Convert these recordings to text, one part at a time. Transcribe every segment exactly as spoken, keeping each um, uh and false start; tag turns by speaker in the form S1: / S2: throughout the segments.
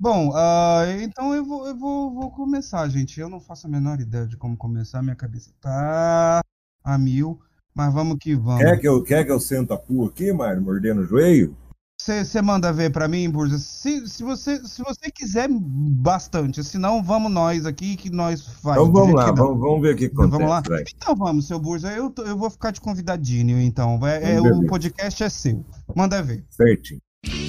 S1: Bom, ah, então eu vou, eu vou, vou começar, gente. Eu não faço a menor ideia de como começar, minha cabeça tá a mil, mas vamos que
S2: Quer
S1: vamos.
S2: que eu, quer que eu sento a pua aqui, Mário, mordendo o joelho?
S1: Você manda ver pra mim, Burja? Se, se você, se você quiser bastante, senão vamos nós aqui que nós faz,
S2: Então
S1: do
S2: vamos
S1: jeito
S2: lá,
S1: que dá.
S2: vamos, vamos ver o que
S1: Vamos lá?
S2: acontece, vai.
S1: Então vamos, seu Burja. Eu, tô- eu vou ficar de convidadinho, então. É,
S2: Então,
S1: é- o
S2: beleza,
S1: podcast é seu. Manda ver.
S2: certinho.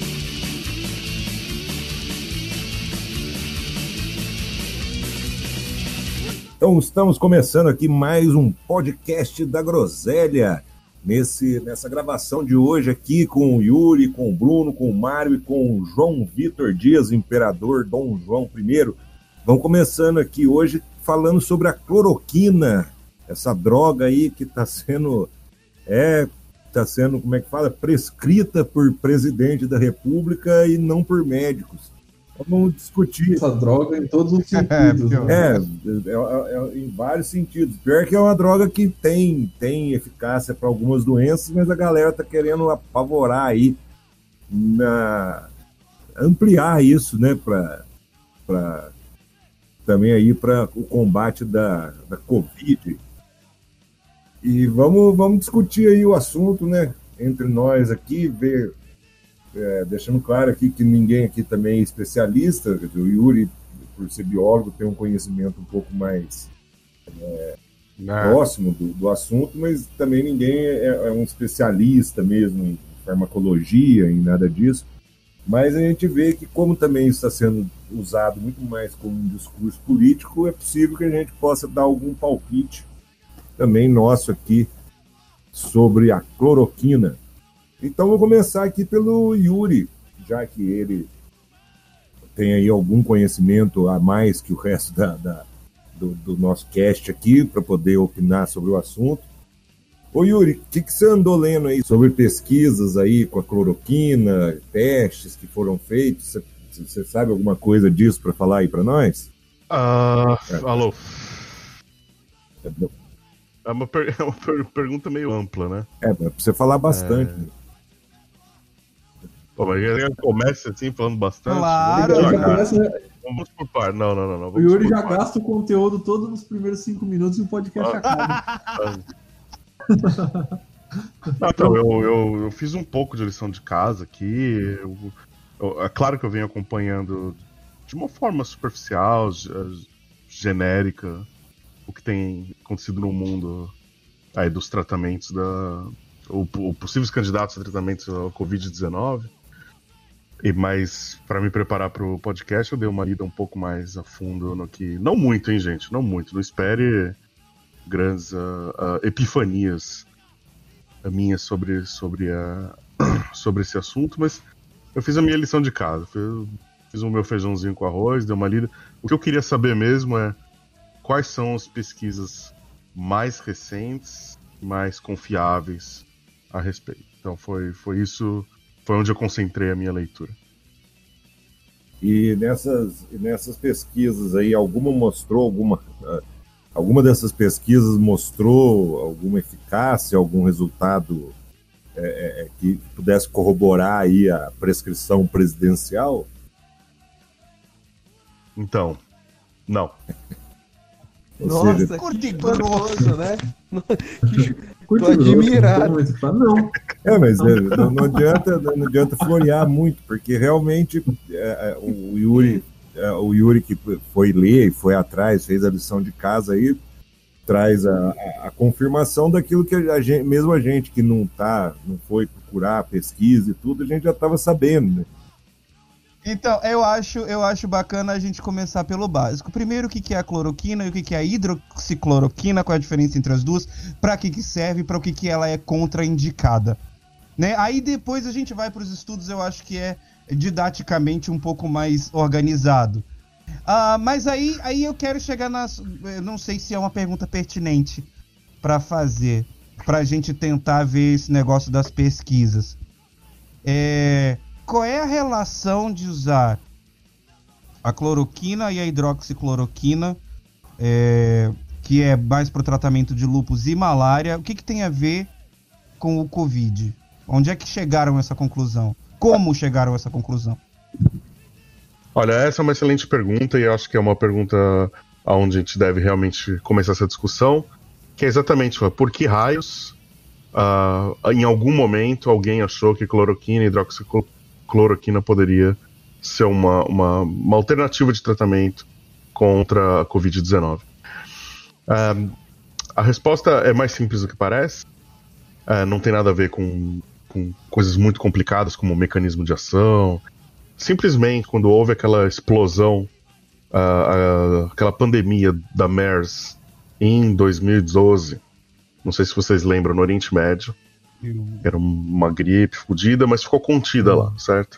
S2: Então estamos começando aqui mais um podcast da Groselha. Nesse, nessa gravação de hoje aqui com o Yuri, com o Bruno, com o Mário e com o João Vitor Dias, Imperador Dom João I. Vamos começando aqui hoje falando sobre a cloroquina, essa droga aí que está sendo, é, tá sendo, como é que fala, prescrita por presidente da República e não por médicos. Vamos discutir.
S3: Essa droga em todos os
S1: É,
S3: sentidos,
S1: pior.
S3: né?
S2: É, é, é, em vários sentidos. Pior que é uma droga que tem, tem eficácia para algumas doenças, mas a galera tá querendo apavorar aí, na, ampliar isso, né, para também aí para o combate da, da Covid. E vamos, vamos discutir aí o assunto, né, entre nós aqui, ver, é, deixando claro aqui que ninguém aqui também é especialista, o Yuri, por ser biólogo, tem um conhecimento um pouco mais é, próximo do, do assunto, mas também ninguém é, é um especialista mesmo em farmacologia, em nada disso. Mas a gente vê que, como também está sendo usado muito mais como um discurso político, é possível que a gente possa dar algum palpite também nosso aqui sobre a cloroquina. Então, vou começar aqui pelo Yuri, já que ele tem aí algum conhecimento a mais que o resto da, da, do, do nosso cast aqui, para poder opinar sobre o assunto. Ô Yuri, o que, que você andou lendo aí sobre pesquisas aí com a cloroquina, testes que foram feitos? Você, você sabe alguma coisa disso para falar aí para nós?
S4: Ah,
S2: É.
S4: alô.
S2: É,
S4: É uma, per- é uma per- pergunta meio ampla, né?
S2: é para você falar bastante.
S4: É... Pô, mas ele começa assim, falando bastante.
S1: Claro.
S4: Vamos
S3: Já
S4: devagar.
S3: começa,
S4: Vamos por par. Não, não, não. não.
S3: o
S4: Vamos
S3: Yuri
S4: por
S3: já
S4: par.
S3: gasta o conteúdo todo nos primeiros cinco minutos e o podcast acaba.
S4: Ah, então, eu, eu, eu fiz um pouco de lição de casa aqui. Eu, eu- é claro que eu venho acompanhando de uma forma superficial, ge- genérica, o que tem acontecido no mundo aí dos tratamentos da. Ou, ou possíveis candidatos a tratamentos ao covid dezenove. E mas para me preparar para o podcast, eu dei uma lida um pouco mais a fundo no que. Não muito, hein, gente? Não muito. Não espere grandes ah, ah, epifanias minhas sobre, sobre, a, sobre esse assunto, mas eu fiz a minha lição de casa. Fiz, fiz o meu feijãozinho com arroz, dei uma lida. O que eu queria saber mesmo é quais são as pesquisas mais recentes, mais confiáveis a respeito. Então foi, foi isso. Foi onde eu concentrei a minha leitura.
S2: E nessas, nessas pesquisas aí, alguma mostrou alguma. Alguma dessas pesquisas mostrou alguma eficácia, algum resultado é, é, que pudesse corroborar aí a prescrição presidencial?
S4: Então, não.
S2: Ou
S5: Nossa,
S2: seja,
S1: curto e
S5: que
S1: grosso.
S5: espantoso, né?
S3: Curto
S5: Tô
S3: e grosso,
S5: admirado.
S3: então, mas, não.
S2: é, mas é, não, não adianta, não adianta florear muito, porque realmente é, é, o Yuri, é, o Yuri que foi ler, foi atrás, fez a lição de casa aí, traz a, a, a confirmação daquilo que a gente, mesmo a gente que não tá, não foi procurar pesquisa e tudo, a gente já estava sabendo, né?
S1: Então, eu acho, eu acho bacana a gente começar pelo básico. Primeiro, o que que é a cloroquina e o que que é a hidroxicloroquina, qual é a diferença entre as duas, para que que serve, para o que que ela é contraindicada, né? Aí depois a gente vai para os estudos, eu acho que é didaticamente um pouco mais organizado. Ah, mas aí, aí eu quero chegar nas... eu não sei se é uma pergunta pertinente para fazer, para a gente tentar ver esse negócio das pesquisas. É... Qual é a relação de usar a cloroquina e a hidroxicloroquina, é, que é mais para o tratamento de lúpus e malária? O que, que tem a ver com o Covid? Onde é que chegaram a essa conclusão? Como chegaram a essa conclusão?
S4: Olha, essa é uma excelente pergunta e eu acho que é uma pergunta onde a gente deve realmente começar essa discussão, que é exatamente por que raios, uh, em algum momento, alguém achou que cloroquina e hidroxicloroquina poderia ser uma, uma, uma alternativa de tratamento contra a covid dezenove. Uh, a resposta é mais simples do que parece, uh, não tem nada a ver com, com coisas muito complicadas como o mecanismo de ação. Simplesmente, quando houve aquela explosão, uh, uh, aquela pandemia da MERS em dois mil e doze, não sei se vocês lembram, no Oriente Médio, era uma gripe fodida, mas ficou contida lá, certo?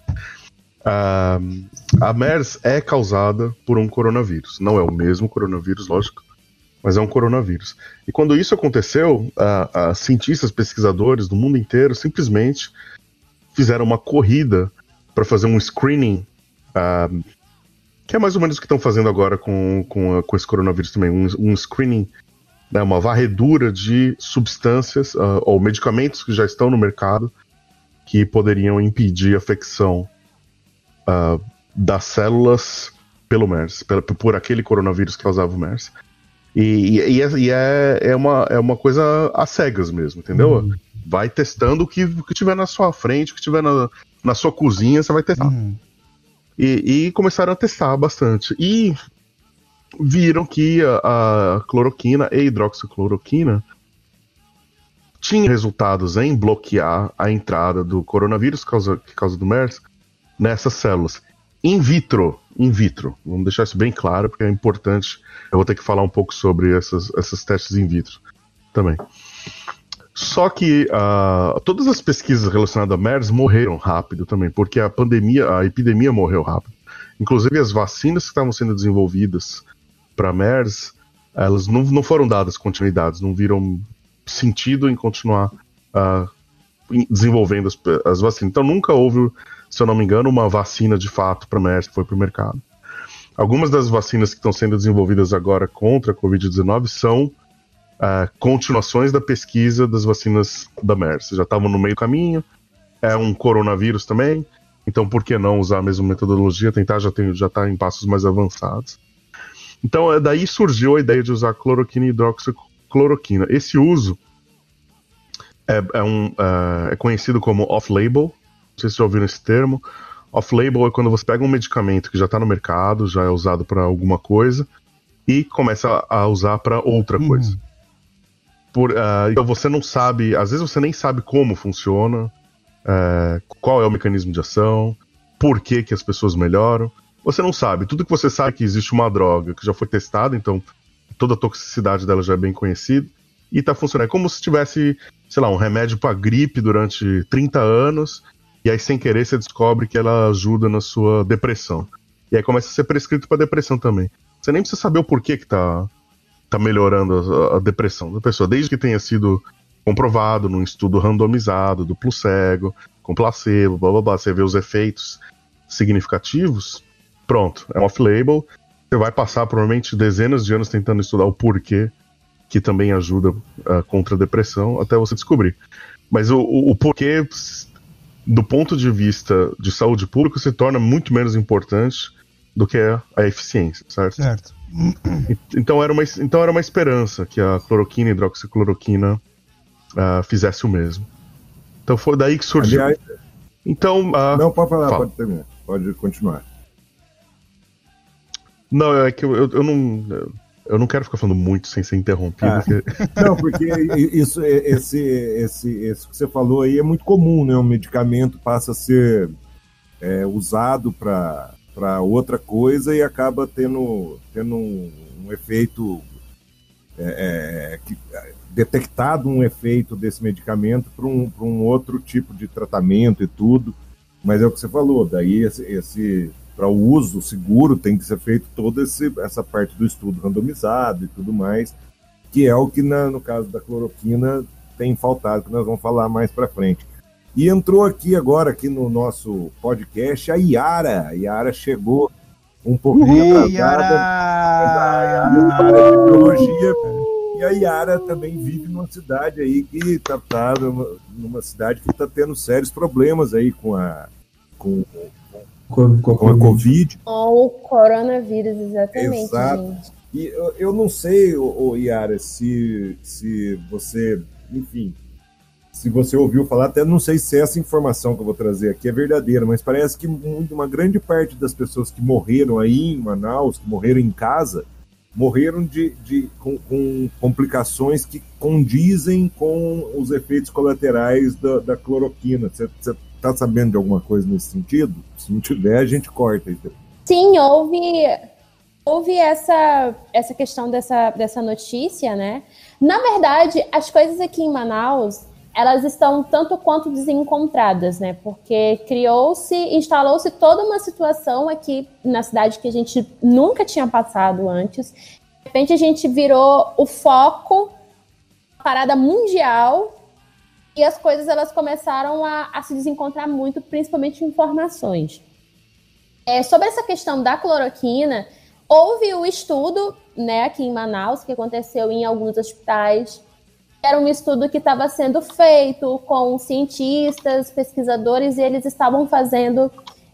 S4: Uh, a MERS é causada por um coronavírus. Não é o mesmo coronavírus, lógico, mas é um coronavírus. E quando isso aconteceu, uh, uh, cientistas, pesquisadores do mundo inteiro simplesmente fizeram uma corrida para fazer um screening, uh, que é mais ou menos o que estão fazendo agora com, com, com esse coronavírus também, um, um screening, né, uma varredura de substâncias uh, ou medicamentos que já estão no mercado que poderiam impedir a infecção Uh, das células pelo MERS, pela, por aquele coronavírus que causava o MERS. E, e, e, é, e é, é, uma, é uma coisa às cegas mesmo, entendeu? Uhum. Vai testando o que, o que tiver na sua frente, o que tiver na, na sua cozinha, você vai testar. Uhum. E, e começaram a testar bastante. E viram que a, a cloroquina e hidroxicloroquina tinham resultados em bloquear a entrada do coronavírus que causa, que causa do MERS nessas células. In vitro, in vitro. Vamos deixar isso bem claro, porque é importante. Eu vou ter que falar um pouco sobre essas, esses testes in vitro também. Só que uh, todas as pesquisas relacionadas a MERS morreram rápido também, porque a pandemia, a epidemia morreu rápido. Inclusive as vacinas que estavam sendo desenvolvidas para MERS, elas não, não foram dadas continuidades, não viram sentido em continuar uh, desenvolvendo as, as vacinas. Então nunca houve, se eu não me engano, uma vacina de fato para MERS que foi para o mercado. Algumas das vacinas que estão sendo desenvolvidas agora contra a covid dezenove são uh, continuações da pesquisa das vacinas da MERS. Já estavam no meio do caminho, é um coronavírus também, então por que não usar a mesma metodologia, tentar já tem, já está em passos mais avançados. Então daí surgiu a ideia de usar cloroquina e hidroxicloroquina. Esse uso é, é, um, uh, é conhecido como off-label. Não sei se já ouviram esse termo. Off-label é quando você pega um medicamento que já está no mercado, já é usado para alguma coisa, e começa a usar para outra uhum. coisa. Por, uh, então você não sabe, às vezes você nem sabe como funciona, uh, qual é o mecanismo de ação, por que, que as pessoas melhoram. Você não sabe. Tudo que você sabe é que existe uma droga que já foi testada, então toda a toxicidade dela já é bem conhecida, e está funcionando. É como se tivesse, sei lá, um remédio para gripe durante trinta anos, e aí, sem querer, você descobre que ela ajuda na sua depressão. E aí começa a ser prescrito para depressão também. Você nem precisa saber o porquê que tá, tá melhorando a, a depressão da pessoa. Desde que tenha sido comprovado num estudo randomizado, duplo cego, com placebo, blá blá blá. Você vê os efeitos significativos, pronto, é um off-label. Você vai passar provavelmente dezenas de anos tentando estudar o porquê que também ajuda uh, contra a depressão, até você descobrir. Mas o, o, o porquê, do ponto de vista de saúde pública, se torna muito menos importante do que a eficiência, certo?
S1: Certo.
S4: Então era uma, então era uma esperança que a cloroquina e a hidroxicloroquina uh, fizesse o mesmo. Então foi daí que surgiu.
S2: Aliás,
S4: então, uh,
S2: não, pode falar,
S4: fala.
S2: pode terminar. Pode continuar.
S4: Não, é que eu, eu, eu não... Eu não quero ficar falando muito sem ser interrompido.
S2: Ah.
S4: Porque...
S2: Não, porque isso, esse, esse, esse que você falou aí é muito comum, né? Um medicamento passa a ser é, usado para outra coisa e acaba tendo, tendo um, um efeito, é, é, que, detectado um efeito desse medicamento para um, para um outro tipo de tratamento e tudo. Mas é o que você falou, daí esse... esse para o uso seguro tem que ser feito toda esse, essa parte do estudo randomizado e tudo mais, que é o que na, no caso da cloroquina tem faltado, que nós vamos falar mais para frente. E entrou aqui agora, aqui no nosso podcast, a Yara. A Yara chegou um pouquinho
S1: Ei,
S2: atrasada. A área de biologia. E a Yara também vive numa cidade aí que está tá, numa cidade que está tendo sérios problemas aí com a... Com,
S3: Com, com a
S2: com a Covid.
S5: Com o coronavírus, exatamente,
S2: Exato.
S5: gente.
S2: E eu, eu não sei, ô, ô, Yara, se, se você, enfim, se você ouviu falar, até não sei se essa informação que eu vou trazer aqui é verdadeira, mas parece que uma grande parte das pessoas que morreram aí em Manaus, que morreram em casa, morreram de, de, com, com complicações que condizem com os efeitos colaterais da, da cloroquina. Você está sabendo de alguma coisa nesse sentido? Se não tiver, a gente corta. Então.
S5: Sim, houve, houve essa, essa questão dessa, dessa notícia, né? Na verdade, as coisas aqui em Manaus, elas estão tanto quanto desencontradas, né? Porque criou-se, instalou-se toda uma situação aqui na cidade que a gente nunca tinha passado antes. De repente a gente virou o foco, a parada mundial, e as coisas elas começaram a, a se desencontrar muito, principalmente informações. É, sobre essa questão da cloroquina, houve o estudo, né, aqui em Manaus, que aconteceu em alguns hospitais. Era um estudo que estava sendo feito com cientistas, pesquisadores, e eles estavam fazendo,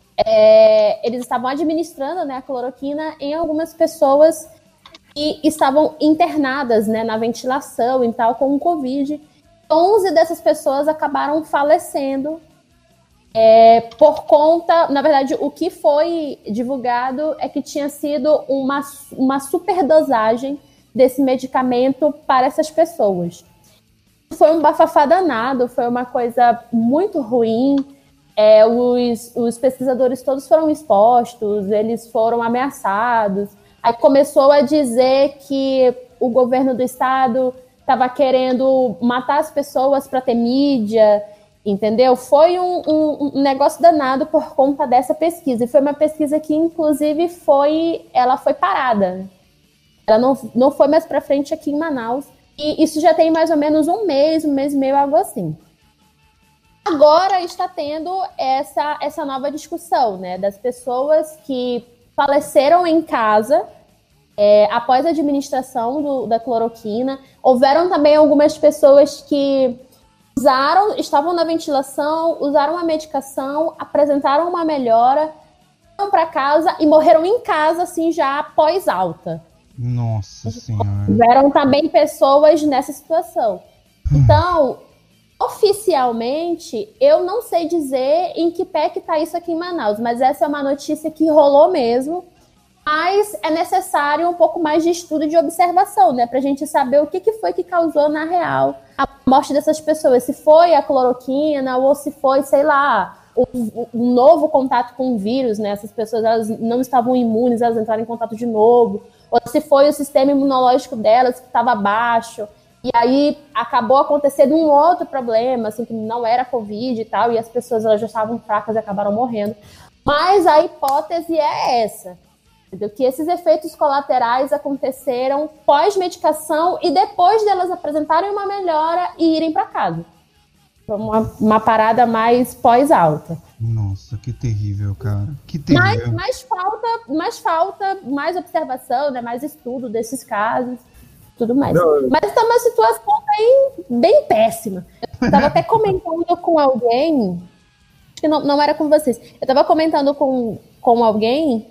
S5: é, eles estavam administrando, né, a cloroquina em algumas pessoas que estavam internadas, né, na ventilação e tal, com o Covid. onze dessas pessoas acabaram falecendo é, por conta, na verdade, o que foi divulgado é que tinha sido uma, uma superdosagem desse medicamento para essas pessoas. Foi um bafafá danado, foi uma coisa muito ruim. É, os, os pesquisadores todos foram expostos, eles foram ameaçados. Aí começou a dizer que o governo do estado estava querendo matar as pessoas para ter mídia, entendeu? Foi um, um, um negócio danado por conta dessa pesquisa. E foi uma pesquisa que, inclusive, foi, ela foi parada. Ela não, não foi mais para frente aqui em Manaus. E isso já tem mais ou menos um mês, um mês e meio, algo assim. Agora está tendo essa, essa nova discussão, né, das pessoas que faleceram em casa é, após a administração do, da cloroquina. Houveram também algumas pessoas que usaram, estavam na ventilação, usaram a medicação, apresentaram uma melhora, foram para casa e morreram em casa, assim, já após alta.
S1: Nossa Senhora.
S5: Tiveram também pessoas nessa situação. Então, oficialmente, eu não sei dizer em que pé que tá isso aqui em Manaus, mas essa é uma notícia que rolou mesmo. Mas é necessário um pouco mais de estudo e de observação, né? Pra gente saber o que, que foi que causou, na real, a morte dessas pessoas. Se foi a cloroquina ou se foi, sei lá, um, um novo contato com o vírus, né? Essas pessoas elas não estavam imunes, elas entraram em contato de novo. Ou se foi o sistema imunológico delas que estava baixo. E aí acabou acontecendo um outro problema, assim, que não era Covid e tal, e as pessoas elas já estavam fracas e acabaram morrendo. Mas a hipótese é essa. Que esses efeitos colaterais aconteceram pós-medicação e depois delas apresentarem uma melhora e irem para casa. Foi uma, uma parada mais pós-alta.
S1: Nossa, que terrível, cara. Que terrível.
S5: Mas, mas, falta, mas falta mais observação, né? Mais estudo desses casos, tudo mais. Não, mas está uma situação bem, bem péssima. Eu estava até comentando com alguém, acho que não, não era com vocês, eu estava comentando com, com alguém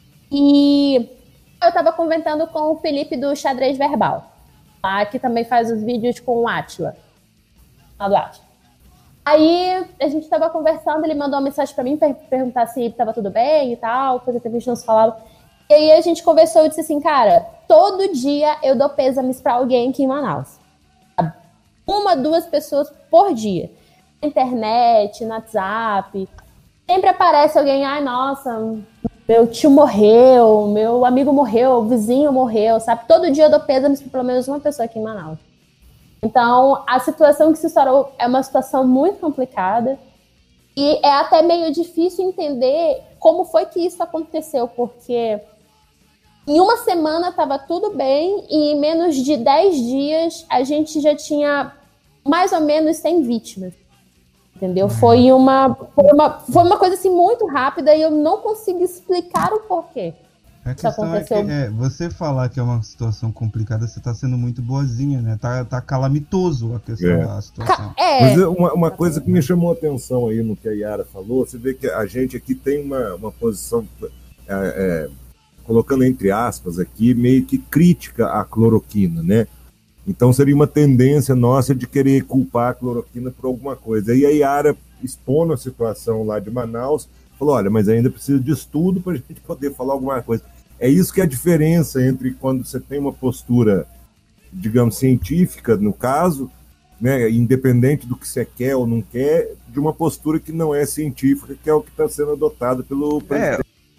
S5: e eu estava comentando com o Felipe do Xadrez Verbal, lá, que também faz os vídeos com o Átila. Lá do Átila. Aí a gente estava conversando, ele mandou uma mensagem para mim per- perguntar se estava tudo bem e tal, coisa que a gente não se falava. E aí a gente conversou e disse assim, cara, todo dia eu dou pêsames para alguém aqui em Manaus. Uma, duas pessoas por dia. Na internet, no WhatsApp. Sempre aparece alguém, ai, nossa, meu tio morreu, meu amigo morreu, o vizinho morreu, sabe? Todo dia eu dou pêsames para pelo menos uma pessoa aqui em Manaus. Então, a situação que se estourou é uma situação muito complicada e é até meio difícil entender como foi que isso aconteceu, porque em uma semana estava tudo bem e em menos de dez dias a gente já tinha mais ou menos cem vítimas, entendeu? Foi uma, foi uma, foi uma coisa assim muito rápida e eu não consigo explicar o porquê.
S1: A
S5: Isso
S1: questão é que
S5: aconteceu.
S1: é, você falar que é uma situação complicada, você tá sendo muito boazinha, né? Tá, tá calamitoso a questão
S2: É.
S1: da situação.
S5: É,
S2: Mas uma, uma coisa que me chamou a atenção aí no que a Yara falou, você vê que a gente aqui tem uma, uma posição, é, é, colocando entre aspas aqui, meio que crítica à cloroquina, né? Então seria uma tendência nossa de querer culpar a cloroquina por alguma coisa. E a Yara, expondo a situação lá de Manaus, falou, olha, mas ainda precisa de estudo para a gente poder falar alguma coisa. É isso que é a diferença entre quando você tem uma postura, digamos, científica, no caso, né, independente do que você quer ou não quer, de uma postura que não é científica, que é o que está sendo adotado pelo presidente.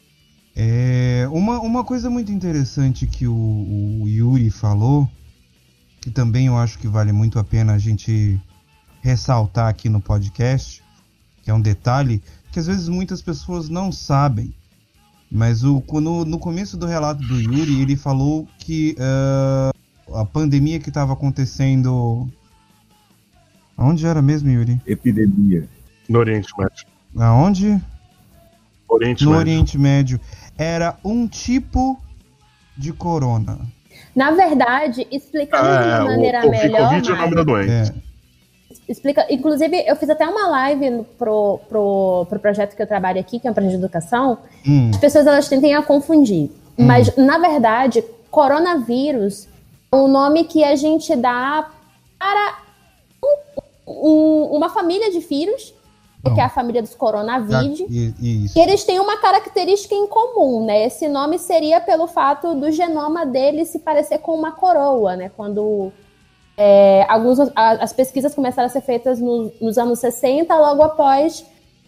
S1: É, uma, uma coisa muito interessante que o, o Yuri falou, que também eu acho que vale muito a pena a gente ressaltar aqui no podcast, que é um detalhe que às vezes muitas pessoas não sabem, mas o, no, no começo do relato do Yuri, ele falou que uh, a pandemia que estava acontecendo... Onde era mesmo, Yuri?
S2: Epidemia.
S4: No Oriente Médio.
S1: Aonde?
S4: Oriente
S1: No
S4: Médio.
S1: Oriente Médio. Era um tipo de corona.
S5: na verdade, explicando de
S4: É,
S5: uma maneira
S4: o, o
S5: melhor,
S4: Covid é o nome da doença.
S1: É.
S5: explica, inclusive, eu fiz até uma live no- pro, pro, pro projeto que eu trabalho aqui, que é um projeto de educação.
S1: Hum,
S5: As pessoas elas tendem a confundir. Mas, na verdade, coronavírus é um nome que a gente dá para um- um- uma família de vírus, que é a família dos
S1: tá,
S5: coronavírus.
S1: e- e isso.
S5: E eles têm uma característica em comum, né? Esse nome seria pelo fato do genoma deles se parecer com uma coroa, né? Quando é, alguns, a- as pesquisas começaram a ser feitas no- nos anos sessenta, logo após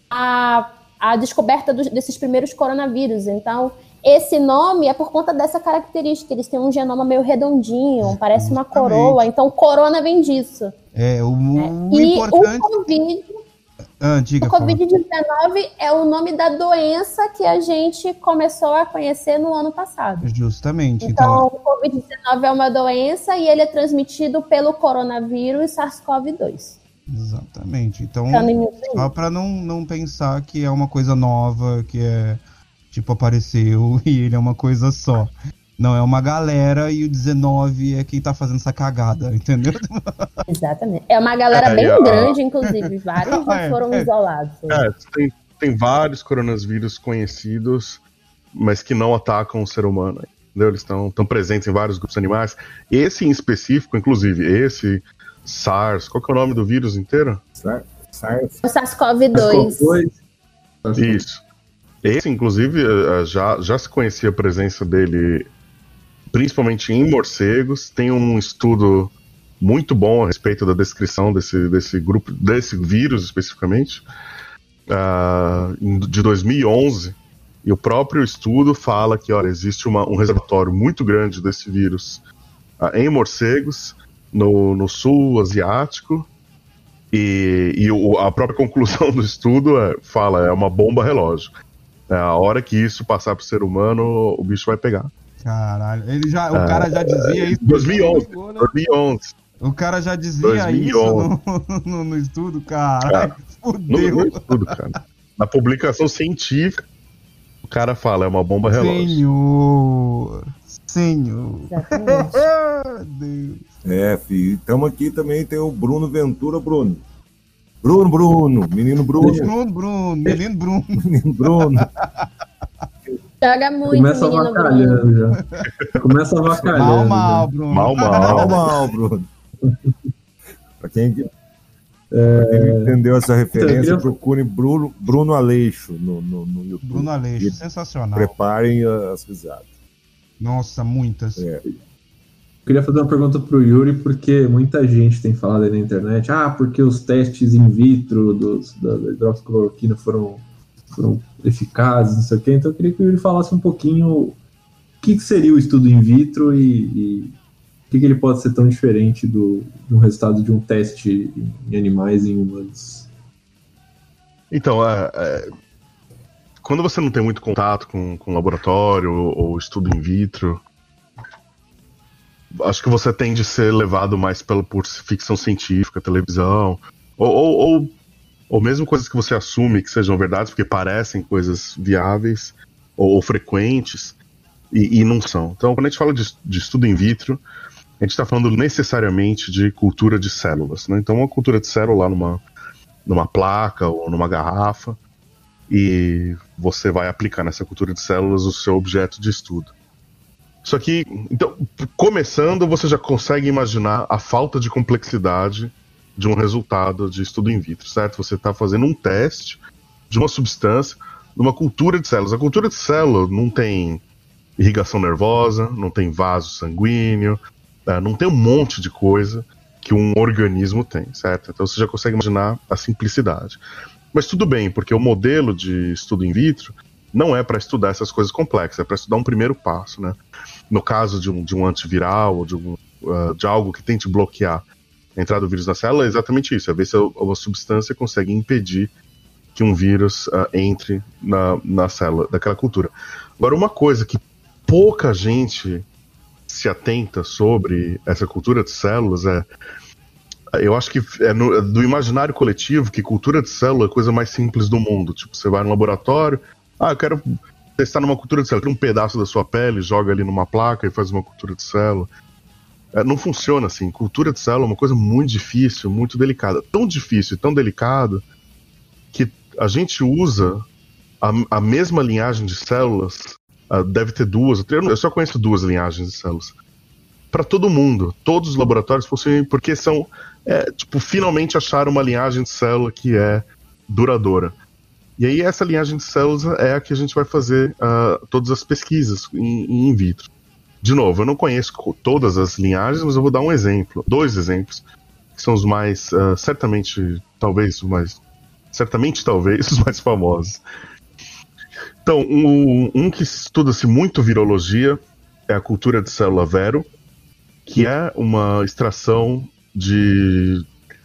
S5: a, a descoberta dos- desses primeiros coronavírus. Então, esse nome é por conta dessa característica. Eles têm um genoma meio redondinho, parece uma
S1: Justamente.
S5: coroa. Então, corona vem disso.
S1: É, o, o
S5: e
S1: importante...
S5: o Covid...
S1: Ah, diga,
S5: O
S1: por favor.
S5: covid dezenove é o nome da doença que a gente começou a conhecer no ano passado.
S1: Justamente.
S5: Então,
S1: Então,
S5: o covid dezenove é uma doença e ele é transmitido pelo coronavírus SARS-CoV dois.
S1: exatamente. Então,
S5: Ficando em isso aí.
S1: só pra não, não pensar que é uma coisa nova, que é, tipo, apareceu e ele é uma coisa só. Não, é uma galera e o dezenove é quem tá fazendo essa cagada, entendeu?
S5: Exatamente. É uma galera
S4: É,
S5: bem
S4: e a-
S5: grande, inclusive. Vários já
S1: É,
S5: foram
S1: é.
S5: isolados.
S4: É, tem, tem vários coronavírus conhecidos, mas que não atacam o ser humano. Entendeu? Eles estão presentes em vários grupos animais. Esse em específico, inclusive, esse SARS, qual que é o nome do vírus inteiro?
S2: Sar- SARS.
S5: O SARS-CoV dois.
S4: Isso. Esse, inclusive, eh, já, já se conhecia a presença dele principalmente em morcegos. Tem um estudo muito bom a respeito da descrição desse, desse grupo, desse vírus especificamente, ah, em- de dois mil e onze. E o próprio estudo fala que, olha, existe uma- um reservatório muito grande desse vírus ah, em morcegos, no, no sul asiático. E, e o- a própria conclusão do estudo é, fala, é uma bomba relógio. É, a hora que isso passar pro ser humano, o bicho vai pegar.
S1: Caralho, ele já, o cara já dizia isso.
S4: dois mil e onze. dois mil e onze.
S1: O cara já dizia
S4: dois mil e onze.
S1: isso no, no, no estudo, caralho.
S4: No,
S1: Fudeu.
S4: no estudo, cara. Na publicação científica, o cara fala, é uma bomba relógio.
S1: Senhor. Senhor.
S5: Exatamente.
S1: Ah, Deus.
S2: É, filho. Estamos aqui também, tem o Bruno Ventura, Bruno. Bruno, Bruno, menino Bruno,
S1: Bruno, Bruno, menino Bruno.
S2: menino Bruno.
S5: Joga muito,
S3: Começa
S5: menino Bruno.
S3: avacalhando já. Começa avacalhando.
S1: Mal, mal,
S3: já.
S1: Bruno.
S4: Mal,
S2: Mal,
S4: mal.
S2: mal, Bruno. Pra quem, pra quem não entendeu essa referência,
S3: Entendeu?
S2: procure Bruno, Bruno Aleixo no, no, no YouTube.
S1: Bruno Aleixo,
S2: E
S1: sensacional.
S2: preparem as risadas.
S1: Nossa, muitas.
S2: É.
S3: Eu queria fazer uma pergunta pro Yuri, porque muita gente tem falado aí na internet, ah, porque os testes in vitro dos, da, da hidroxicloroquina foram, foram eficazes, não sei o quê. Então eu queria que o Yuri falasse um pouquinho o que, que seria o estudo in vitro e, e o que, que ele pode ser tão diferente do, de um resultado de um teste em animais e em humanos.
S4: Então, é, é, quando você não tem muito contato com, com laboratório ou estudo in vitro, acho que você tende a ser levado mais pela, por ficção científica, televisão, ou, ou, ou, ou mesmo coisas que você assume que sejam verdades, porque parecem coisas viáveis ou, ou frequentes. e, e não são. Então, quando a gente fala de, de estudo in vitro, a gente está falando necessariamente de cultura de células, né? Então, uma cultura de célula lá numa, numa placa ou numa garrafa, e você vai aplicar nessa cultura de células o seu objeto de estudo. Só que, então, começando, você já consegue imaginar a falta de complexidade de um resultado de estudo in vitro, certo? Você está fazendo um teste de uma substância numa cultura de células. A cultura de célula não tem irrigação nervosa, não tem vaso sanguíneo, não tem um monte de coisa que um organismo tem, certo? Então você já consegue imaginar a simplicidade. Mas tudo bem, porque o modelo de estudo in vitro não é para estudar essas coisas complexas, é para estudar um primeiro passo, né? No caso de um, de um antiviral ou de, um, uh, de algo que tente bloquear a entrada do vírus na célula, é exatamente isso, é ver se a, a substância consegue impedir que um vírus uh, entre na, na célula daquela cultura. Agora, uma coisa que pouca gente se atenta sobre essa cultura de células é, eu acho que é no, do imaginário coletivo que cultura de célula é a coisa mais simples do mundo. Tipo, você vai no laboratório, ah, eu quero testar numa cultura de célula, tira um pedaço da sua pele, joga ali numa placa e faz uma cultura de célula. É, não funciona assim. Cultura de célula é uma coisa muito difícil, muito delicada. Tão difícil e tão delicado que a gente usa a, a mesma linhagem de células, uh, deve ter duas, eu só conheço duas linhagens de células, para todo mundo. Todos os laboratórios possuem, porque são, é, tipo, finalmente acharam uma linhagem de célula que é duradoura. E aí essa linhagem de células é a que a gente vai fazer uh, todas as pesquisas em, em in vitro. De novo, eu não conheço todas as linhagens, mas eu vou dar um exemplo, dois exemplos, que são os mais, uh, certamente, talvez, os mais, certamente, talvez, os mais famosos. Então, um, um que estuda-se muito virologia é a cultura de célula Vero, que é uma extração de,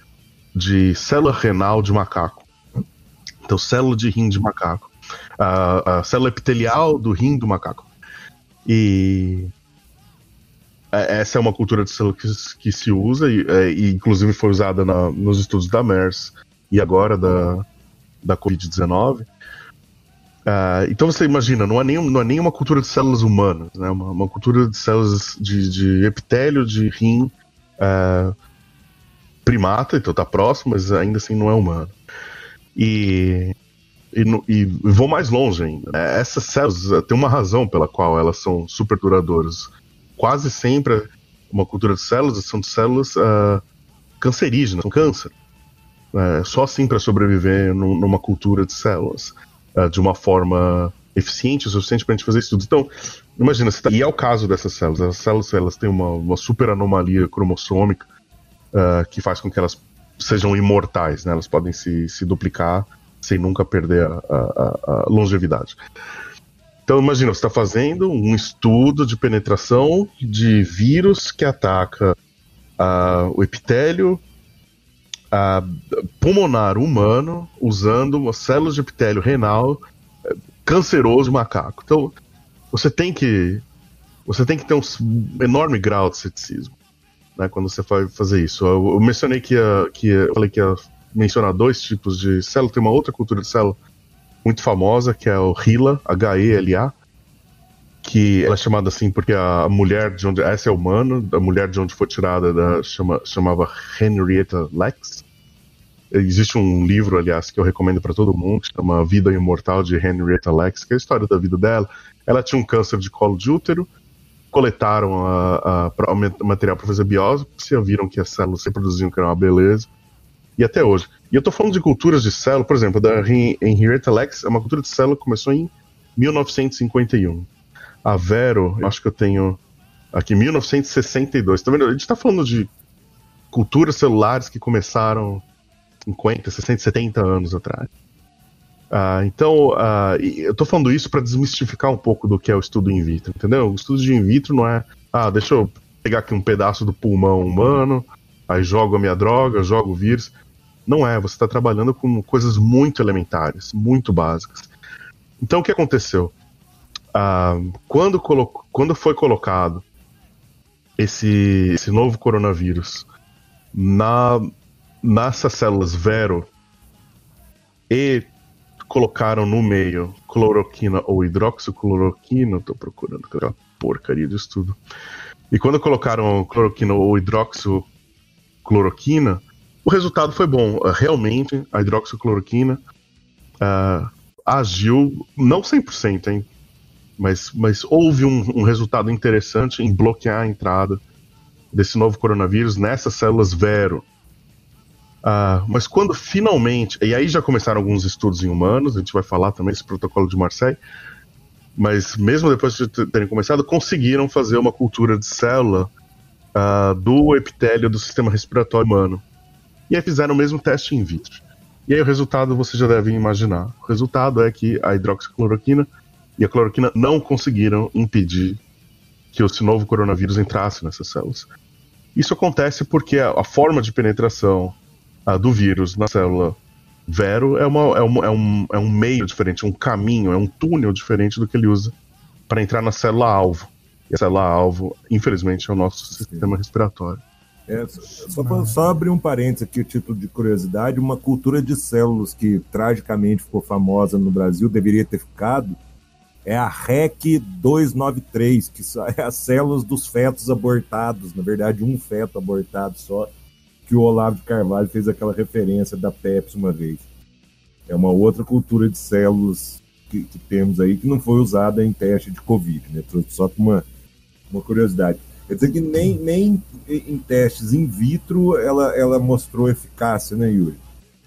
S4: de célula renal de macaco. Então, célula de rim de macaco. A, a célula epitelial do rim do macaco. E essa é uma cultura de célula que, que se usa, e, e inclusive foi usada na, nos estudos da MERS e agora da, da covid dezenove. Uh, então você imagina, não é, nem, não é nem uma cultura de células humanas, né? uma, uma cultura de células de, de epitélio de rim uh, primata, então está próximo, mas ainda assim não é humano. E, e, e vou mais longe ainda. Né? Essas células têm uma razão pela qual elas são super duradouras. Quase sempre uma cultura de células são de células uh, cancerígenas, são câncer. Uh, só assim para sobreviver num, numa cultura de células uh, de uma forma eficiente o suficiente para a gente fazer isso tudo. Então, imagina, tá... e é o caso dessas células. As células elas têm uma, uma super anomalia cromossômica uh, que faz com que elas sejam imortais, né? Elas podem se, se duplicar sem nunca perder a, a, a longevidade. Então imagina, você está fazendo um estudo de penetração de vírus que ataca uh, o epitélio uh, pulmonar humano usando uma células de epitélio renal uh, canceroso de macaco. Então você tem que você tem que ter um enorme grau de ceticismo, né, quando você vai fazer isso. Eu, eu mencionei que ia, que ia, eu falei que ia mencionar dois tipos de célula. Tem uma outra cultura de célula muito famosa, que é o HeLa, H E L A, que ela é chamada assim porque a mulher de onde... Essa é humana, a mulher de onde foi tirada da, chama, chamava Henrietta Lacks. Existe um livro, aliás, que eu recomendo para todo mundo, que chama A Vida Imortal de Henrietta Lacks, que é a história da vida dela. Ela tinha um câncer de colo de útero, coletaram a, a, a, o material para fazer biópsia, viram que as células se produziam, que era uma beleza, e até hoje. E eu tô falando de culturas de célula, por exemplo, da Henrietta Lacks, é uma cultura de célula que começou em mil novecentos e cinquenta e um. A Vero, eu acho que eu tenho aqui, mil novecentos e sessenta e dois. Tá vendo? A gente tá falando de culturas celulares que começaram cinquenta, sessenta, setenta anos atrás. Uh, então, uh, eu tô falando isso para desmistificar um pouco do que é o estudo in vitro, entendeu? O estudo de in vitro não é, ah, deixa eu pegar aqui um pedaço do pulmão humano, aí jogo a minha droga, jogo o vírus. Não é, você está trabalhando com coisas muito elementares, muito básicas. Então, o que aconteceu? Uh, quando, colo- quando foi colocado esse, esse novo coronavírus na, nessas células Vero e colocaram no meio cloroquina ou hidroxicloroquina, tô procurando aquela porcaria de estudo. E quando colocaram cloroquina ou hidroxicloroquina, o resultado foi bom. Realmente, a hidroxicloroquina uh, agiu, não cem por cento, hein? Mas, mas houve um, um resultado interessante em bloquear a entrada desse novo coronavírus nessas células Vero. Uh, mas quando finalmente... E aí já começaram alguns estudos em humanos, a gente vai falar também desse protocolo de Marseille, mas mesmo depois de terem começado, conseguiram fazer uma cultura de célula uh, do epitélio do sistema respiratório humano. E aí fizeram o mesmo teste in vitro. E aí o resultado você já deve imaginar. O resultado é que a hidroxicloroquina e a cloroquina não conseguiram impedir que esse novo coronavírus entrasse nessas células. Isso acontece porque a, a forma de penetração uh, do vírus na célula Vero é, uma, é, uma, é, um, é um meio diferente, um caminho, é um túnel diferente do que ele usa para entrar na célula-alvo. E a célula-alvo, infelizmente, é o nosso Sim. sistema respiratório.
S2: É, só para só abrir um parênteses aqui, a título de curiosidade, uma cultura de células que tragicamente ficou famosa no Brasil, deveria ter ficado, é a R E C duzentos e noventa e três, que é as células dos fetos abortados, na verdade um feto abortado só, que o Olavo de Carvalho fez aquela referência da Pepsi uma vez. É uma outra cultura de células que, que temos aí, que não foi usada em teste de Covid, né? Só com uma, uma curiosidade. Quer dizer que nem, nem em testes in vitro ela, ela mostrou eficácia, né, Yuri?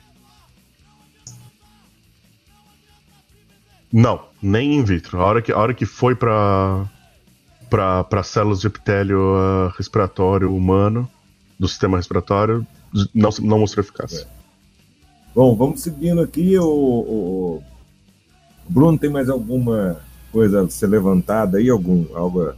S4: Não, nem in vitro. A hora que, a hora que foi para para células de epitélio uh, respiratório humano, do sistema respiratório, não, não mostrou eficácia. É.
S2: Bom, vamos seguindo aqui. O, o, o Bruno, tem mais alguma coisa a ser levantada aí? Algum, algo...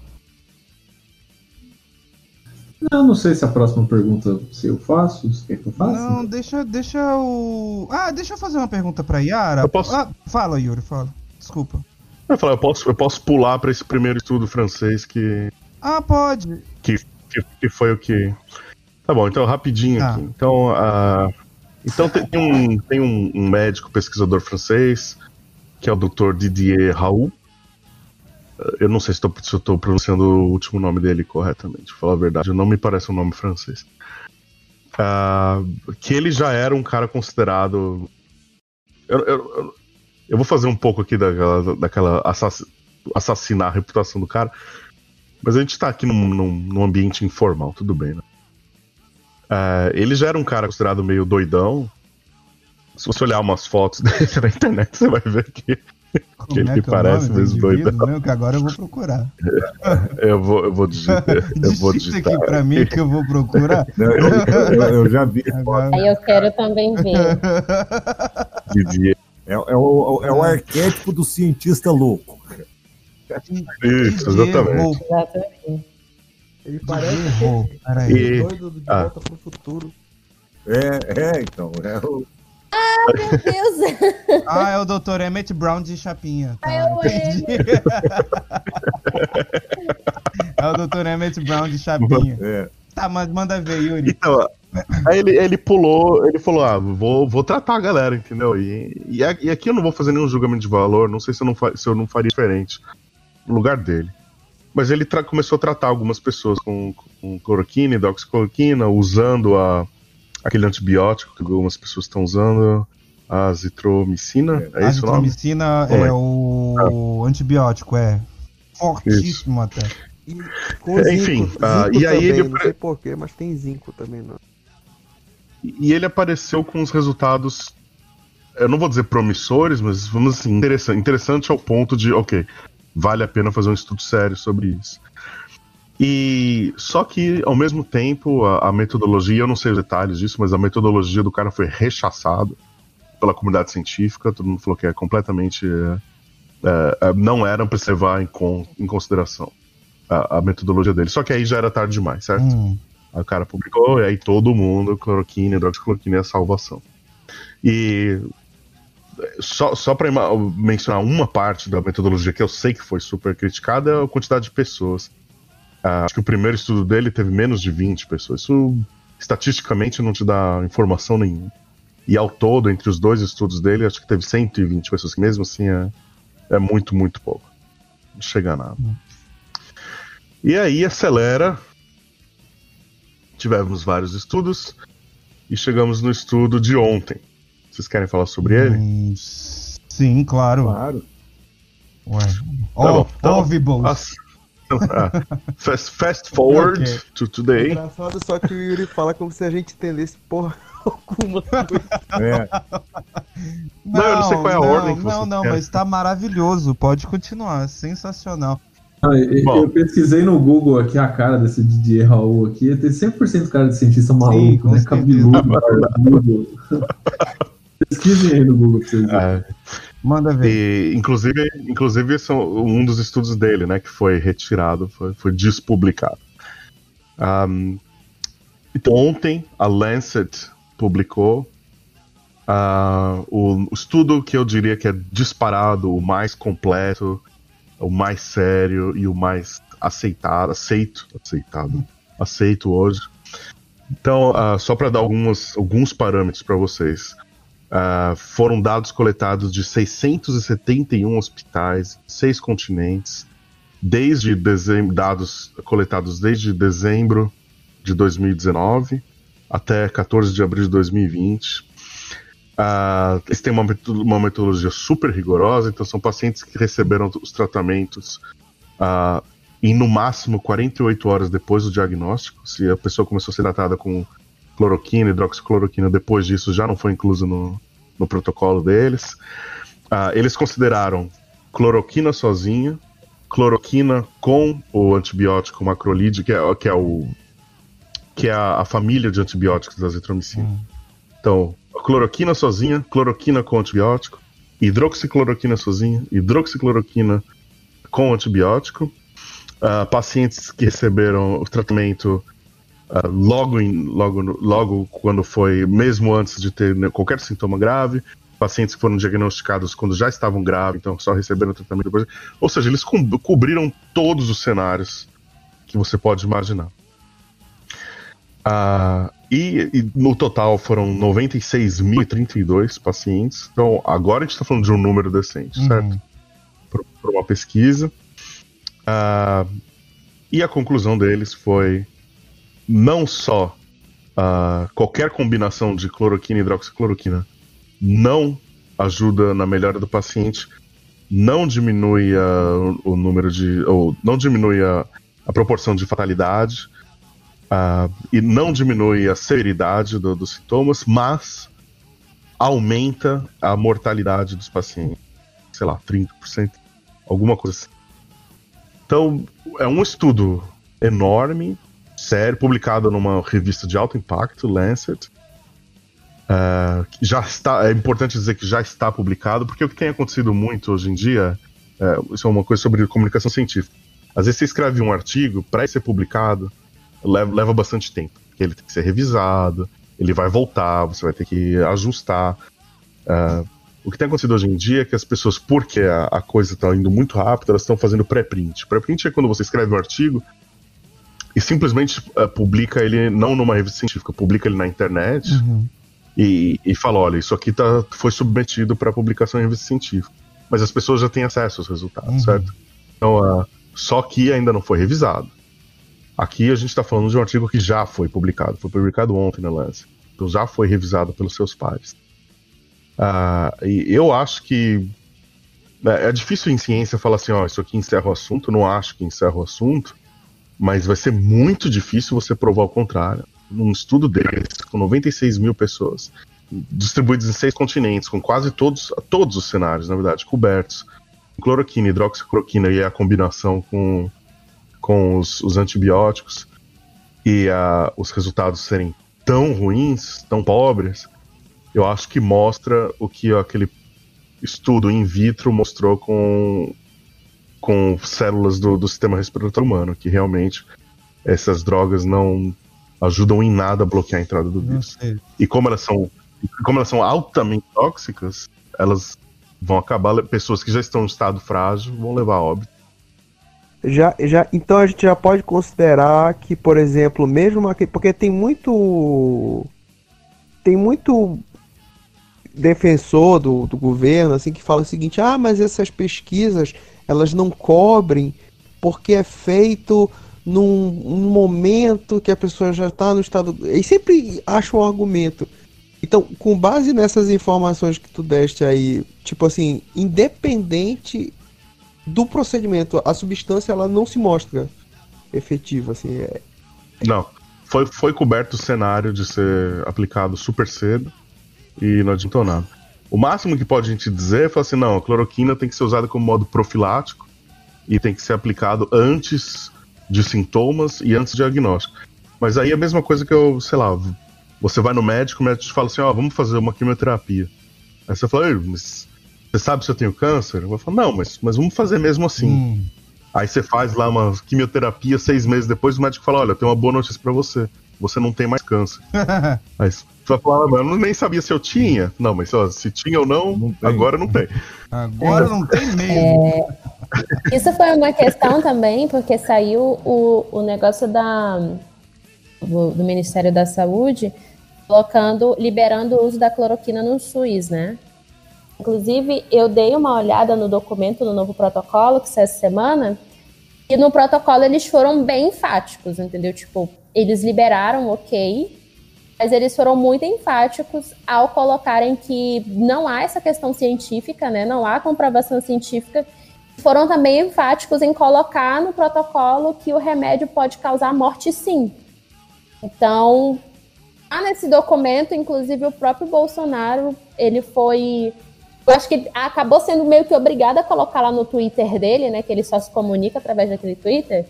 S3: Não, não sei se a próxima pergunta se eu faço, se quer que eu faça.
S1: Não, deixa, deixa o... Ah, deixa eu fazer uma pergunta pra Yara.
S4: Eu posso...
S1: Ah, fala, Yuri, fala. Desculpa.
S4: Eu, falar, eu, posso, eu posso pular para esse primeiro estudo francês que...
S1: Ah, pode.
S4: Que, que, que foi o que... Tá bom, então rapidinho ah. aqui. Então, uh, então tem, tem, um, tem um, um médico pesquisador francês, que é o doutor Didier Raoult. Uh, eu não sei se, tô, se eu estou pronunciando o último nome dele corretamente, pra falar a verdade, não me parece um nome francês. Uh, que ele já era um cara considerado... Eu, eu, eu vou fazer um pouco aqui daquela, daquela assass, assassinar a reputação do cara, mas a gente está aqui num, num, num ambiente informal, tudo bem, né? Uh, ele já era um cara considerado meio doidão. Se você olhar umas fotos dele na internet, você vai ver que, que ele é que parece mesmo doidão.
S1: Meu, que agora eu vou procurar.
S4: eu, vou, eu vou digitar. Eu vou digitar
S1: aqui pra mim que eu vou procurar.
S2: eu, eu, eu já vi.
S5: Agora... Aí eu quero também ver.
S4: Didier.
S2: É, é, o, é o arquétipo do cientista louco.
S4: Isso, exatamente.
S5: Exatamente.
S6: Ele parece
S4: e...
S6: doido de ah. Volta pro Futuro.
S2: É, é, então. É o...
S5: Ah, meu Deus!
S1: Ah, é o doutor Emmett Brown de Chapinha. Tá,
S5: eu
S1: entendi. É o doutor Emmett Brown de Chapinha.
S2: É.
S1: Tá, mas manda ver, Yuri.
S4: Então, aí ele, ele pulou, ele falou, ah, vou, vou tratar a galera, entendeu? E, e, e aqui eu não vou fazer nenhum julgamento de valor, não sei se eu não, se eu não faria diferente no lugar dele. Mas ele tra- começou a tratar algumas pessoas com, com cloroquina, hidroxicloroquina, usando a, aquele antibiótico que algumas pessoas estão usando, a azitromicina, é, é isso o nome?
S1: Azitromicina é o ah. antibiótico, é fortíssimo isso. Até.
S6: E com zinco,
S4: Enfim,
S6: zinco
S4: uh, e aí
S6: também,
S4: ele...
S6: não sei porquê, mas tem zinco também, não.
S4: E ele apareceu com os resultados, eu não vou dizer promissores, mas vamos assim, interessante, interessante ao ponto de, ok, vale a pena fazer um estudo sério sobre isso. E só que, ao mesmo tempo, a, a metodologia, eu não sei os detalhes disso, mas a metodologia do cara foi rechaçada pela comunidade científica, todo mundo falou que é completamente... É, é, não era para se levar em, con, em consideração a, a metodologia dele. Só que aí já era tarde demais, certo? Hum. Aí o cara publicou, e aí todo mundo, cloroquina, hidroxicloroquina é a salvação. E... Só, só para mencionar uma parte da metodologia que eu sei que foi super criticada é a quantidade de pessoas. Uh, acho que o primeiro estudo dele teve menos de vinte pessoas. Isso, estatisticamente, não te dá informação nenhuma. E ao todo, entre os dois estudos dele, acho que teve cento e vinte pessoas, que mesmo assim é, é muito, muito pouco. Não chega a nada. E aí acelera. Tivemos vários estudos e chegamos no estudo de ontem. Vocês querem falar sobre ele?
S1: Hum, sim, claro.
S2: Claro.
S1: Ué.
S4: Tá
S1: Ó,
S4: bom, então,
S1: ó, Vibos.
S4: as- ah, fast, fast forward
S1: Ok.
S4: to today.
S6: Engraçado só que o Yuri fala como se a gente entendesse porra alguma coisa.
S2: É,
S4: Não, eu não sei qual é a
S1: não,
S4: ordem que
S1: Não,
S4: você
S1: não,
S4: quer.
S1: mas tá maravilhoso. Pode continuar. Sensacional.
S3: Ah, eu,
S4: Bom.
S3: eu pesquisei no Google aqui a cara desse Didier Raul aqui, ele tem cem por cento cara de cientista maluco,
S1: com
S3: né?
S1: certeza.
S3: Cabeludo, barbudo. Pesquisem aí no Google pra vocês verem.
S4: É,
S1: Manda ver.
S4: e, inclusive, inclusive, esse é um dos estudos dele, né, que foi retirado, foi, foi despublicado. Um, então, ontem, a Lancet publicou uh, o, o estudo que eu diria que é disparado, o mais completo, o mais sério e o mais aceitado, aceito, aceitado, aceito hoje. Então, uh, só para dar algumas, alguns parâmetros para vocês. Uh, foram dados coletados de seiscentos e setenta e um hospitais, seis continentes, desde dezembro, dados coletados desde dezembro de dois mil e dezenove até quatorze de abril de dois mil e vinte. Uh, eles têm uma, meto- uma metodologia super rigorosa, então são pacientes que receberam os tratamentos uh, em no máximo quarenta e oito horas depois do diagnóstico. Se a pessoa começou a ser tratada com cloroquina, hidroxicloroquina, depois disso já não foi incluso no, no protocolo deles. Uh, eles consideraram cloroquina sozinha, cloroquina com o antibiótico macrolide, que é, que é, o, que é a, a família de antibióticos da azitromicina.
S1: Hum.
S4: Então, cloroquina sozinha, cloroquina com antibiótico, hidroxicloroquina sozinha, hidroxicloroquina com antibiótico. Uh, pacientes que receberam o tratamento Uh, logo, em, logo, no- logo quando foi, mesmo antes de ter né, qualquer sintoma grave, pacientes que foram diagnosticados quando já estavam graves, então só receberam tratamento depois. Ou seja, eles co- cobriram todos os cenários que você pode imaginar. Ah, e, e no total foram noventa e seis mil e trinta e dois pacientes. Então agora a gente está falando de um número decente,
S1: Uhum.
S4: certo? Para uma pesquisa. Ah, e a conclusão deles foi não só ah, qualquer combinação de cloroquina e hidroxicloroquina não ajuda na melhora do paciente, não diminui a, o número de. ou não diminui a, a proporção de fatalidade ah, e não diminui a severidade do- dos sintomas, mas aumenta a mortalidade dos pacientes. Sei lá, trinta por cento, alguma coisa assim. Então, é um estudo enorme, sério, publicado numa revista de alto impacto, Lancet. Uh, já está, é importante dizer que já está publicado, porque o que tem acontecido muito hoje em dia, é, isso é uma coisa sobre comunicação científica. Às vezes você escreve um artigo, para ser publicado, leva, leva bastante tempo, porque ele tem que ser revisado, ele vai voltar, você vai ter que ajustar. Uh, o que tem acontecido hoje em dia é que as pessoas, porque a, a coisa está indo muito rápido, elas estão fazendo pré-print. Pré-print é quando você escreve um artigo e simplesmente uh, publica ele, não numa revista científica, publica ele na internet
S1: Uhum.
S4: e, e fala, olha, isso aqui tá, foi submetido para publicação em revista científica. Mas as pessoas já têm acesso aos resultados,
S1: Uhum.
S4: certo? Então, uh, só que ainda não foi revisado. Aqui a gente está falando de um artigo que já foi publicado, foi publicado ontem na Lancet. Então já foi revisado pelos seus pares. Uh, e eu acho que é, é difícil em ciência falar assim, ó, isso aqui encerra o assunto, não acho que encerra o assunto, mas vai ser muito difícil você provar o contrário. Num estudo deles, com noventa e seis mil pessoas, distribuídos em seis continentes, com quase todos, todos os cenários, na verdade, cobertos, cloroquina, hidroxicloroquina e a combinação com, com os, os antibióticos, e uh, os resultados serem tão ruins, tão pobres, eu acho que mostra o que aquele estudo in vitro mostrou com, com células do, do sistema respiratório humano, que realmente essas drogas não ajudam em nada a bloquear a entrada do
S1: Não
S4: vírus.
S1: sei.
S4: E como elas são, como elas são altamente tóxicas, elas vão acabar, pessoas que já estão em estado frágil vão levar a óbito.
S6: Já, já, então a gente já pode considerar que, por exemplo, mesmo aqui, porque tem muito, tem muito defensor do, do governo, assim, que fala o seguinte: ah, mas essas pesquisas, elas não cobrem porque é feito num, num momento que a pessoa já está no estado... E sempre acha um argumento. Então, com base nessas informações que tu deste aí, tipo assim, independente do procedimento, a substância, ela não se mostra efetiva, assim, é...
S4: Não, foi, foi coberto o cenário de ser aplicado super cedo e não adiantou nada. O máximo que pode a gente dizer é falar assim, não, a cloroquina tem que ser usada como modo profilático e tem que ser aplicado antes de sintomas e antes do diagnóstico. Mas aí é a mesma coisa que eu, sei lá, você vai no médico, o médico te fala assim, ó, oh, vamos fazer uma quimioterapia. Aí você fala, mas você sabe se eu tenho câncer? Eu vou falar, não, mas, mas vamos fazer mesmo assim. Hum. Aí você faz lá uma quimioterapia, seis meses depois o médico fala, olha, eu tenho uma boa notícia pra você. Você não tem mais câncer. Aí você vai falar, mas eu nem sabia se eu tinha. Não, mas ó, se tinha ou não, não agora não tem.
S1: Agora não tem mesmo.
S5: É, isso foi uma questão também, porque saiu o, o negócio da, do, do Ministério da Saúde colocando, liberando o uso da cloroquina no SUS, né? Inclusive, eu dei uma olhada no documento, no novo protocolo que saiu essa semana, e no protocolo eles foram bem enfáticos, entendeu? Tipo, eles liberaram, ok, mas eles foram muito enfáticos ao colocarem que não há essa questão científica, né? Não há comprovação científica. Foram também enfáticos em colocar no protocolo que o remédio pode causar morte, sim. Então, lá nesse documento, inclusive o próprio Bolsonaro, ele foi... Eu acho que acabou sendo meio que obrigado a colocar lá no Twitter dele, né? Que ele só se comunica através daquele Twitter.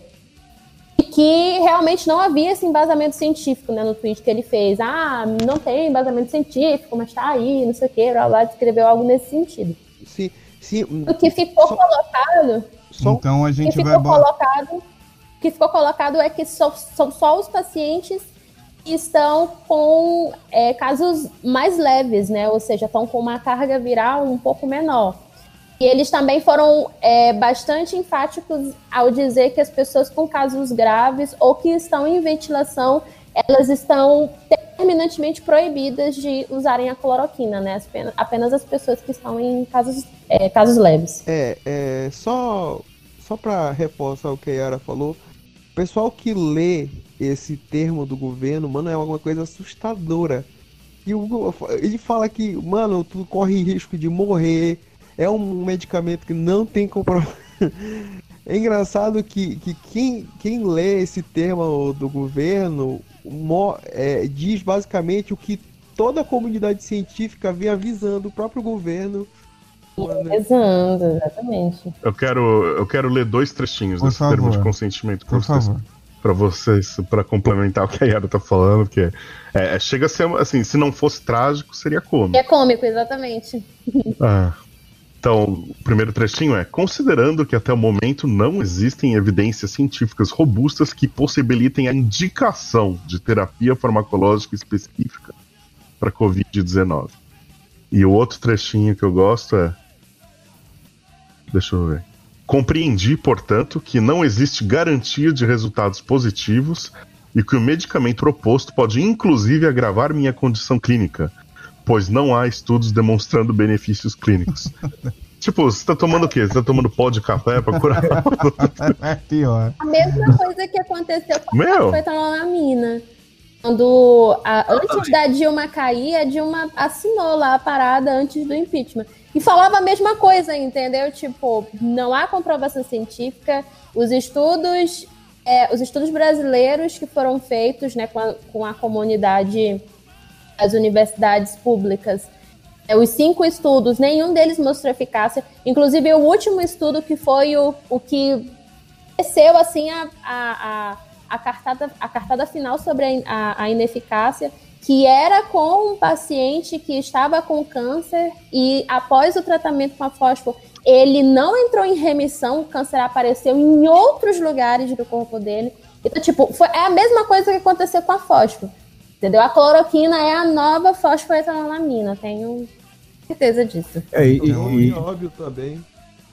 S5: E que realmente não havia esse embasamento científico, né? No tweet que ele fez. Ah, não tem embasamento científico, mas tá aí, não sei o quê. Blá, blá, escreveu algo nesse sentido.
S6: Sim, sim.
S5: O que ficou só, colocado...
S1: Só, então a gente
S5: que
S1: vai...
S5: Ficou colocado, o que ficou colocado é que só, são só os pacientes que estão com é, casos mais leves, né? Ou seja, estão com uma carga viral um pouco menor. E eles também foram é, bastante enfáticos ao dizer que as pessoas com casos graves ou que estão em ventilação, elas estão terminantemente proibidas de usarem a cloroquina, né? Apenas, apenas as pessoas que estão em casos, é, casos leves.
S6: É, é só, só para reforçar o que a Yara falou, o pessoal que lê esse termo do governo, mano, é uma coisa assustadora. E o, ele fala que, mano, tu corre risco de morrer, é um medicamento que não tem comprovação. É engraçado que, que quem, quem lê esse termo do governo mo, é, diz basicamente o que toda a comunidade científica vem avisando o próprio governo.
S5: Avisando, exatamente.
S4: Eu quero, eu quero ler dois trechinhos
S1: Por
S4: desse
S1: favor.
S4: termo de consentimento
S1: Por
S4: pra vocês.
S1: favor.
S4: Pra vocês, pra complementar o que a Yara tá falando, porque é, chega a ser, assim, se não fosse trágico, seria cômico.
S5: É cômico, exatamente.
S4: Ah. Então, o primeiro trechinho é: considerando que até o momento não existem evidências científicas robustas que possibilitem a indicação de terapia farmacológica específica para covid dezenove. E o outro trechinho que eu gosto é... Deixa eu ver. Compreendi, portanto, que não existe garantia de resultados positivos e que o medicamento proposto pode inclusive agravar minha condição clínica, pois não há estudos demonstrando benefícios clínicos. Tipo, você tá tomando o quê? Você tá tomando pó de café pra curar?
S1: É pior.
S5: A mesma coisa que aconteceu com
S4: Meu.
S5: a fentanlamina. Quando, a, antes da Dilma cair, a Dilma assinou lá a parada antes do impeachment. E falava a mesma coisa, entendeu? Tipo, não há comprovação científica. Os estudos, é, os estudos brasileiros que foram feitos, né, com a, com a comunidade, as universidades públicas, é, os cinco estudos, nenhum deles mostrou eficácia. Inclusive, o último estudo que foi o, o que desceu assim, a, a, a, cartada, a cartada final sobre a, a, a ineficácia, que era com um paciente que estava com câncer e após o tratamento com a fósforo, ele não entrou em remissão, o câncer apareceu em outros lugares do corpo dele. Então, tipo, foi, é a mesma coisa que aconteceu com a fósforo, entendeu? A cloroquina é a nova fosfoetanolamina, tenho certeza disso.
S2: É, e,
S6: Então,
S2: e,
S6: é óbvio também.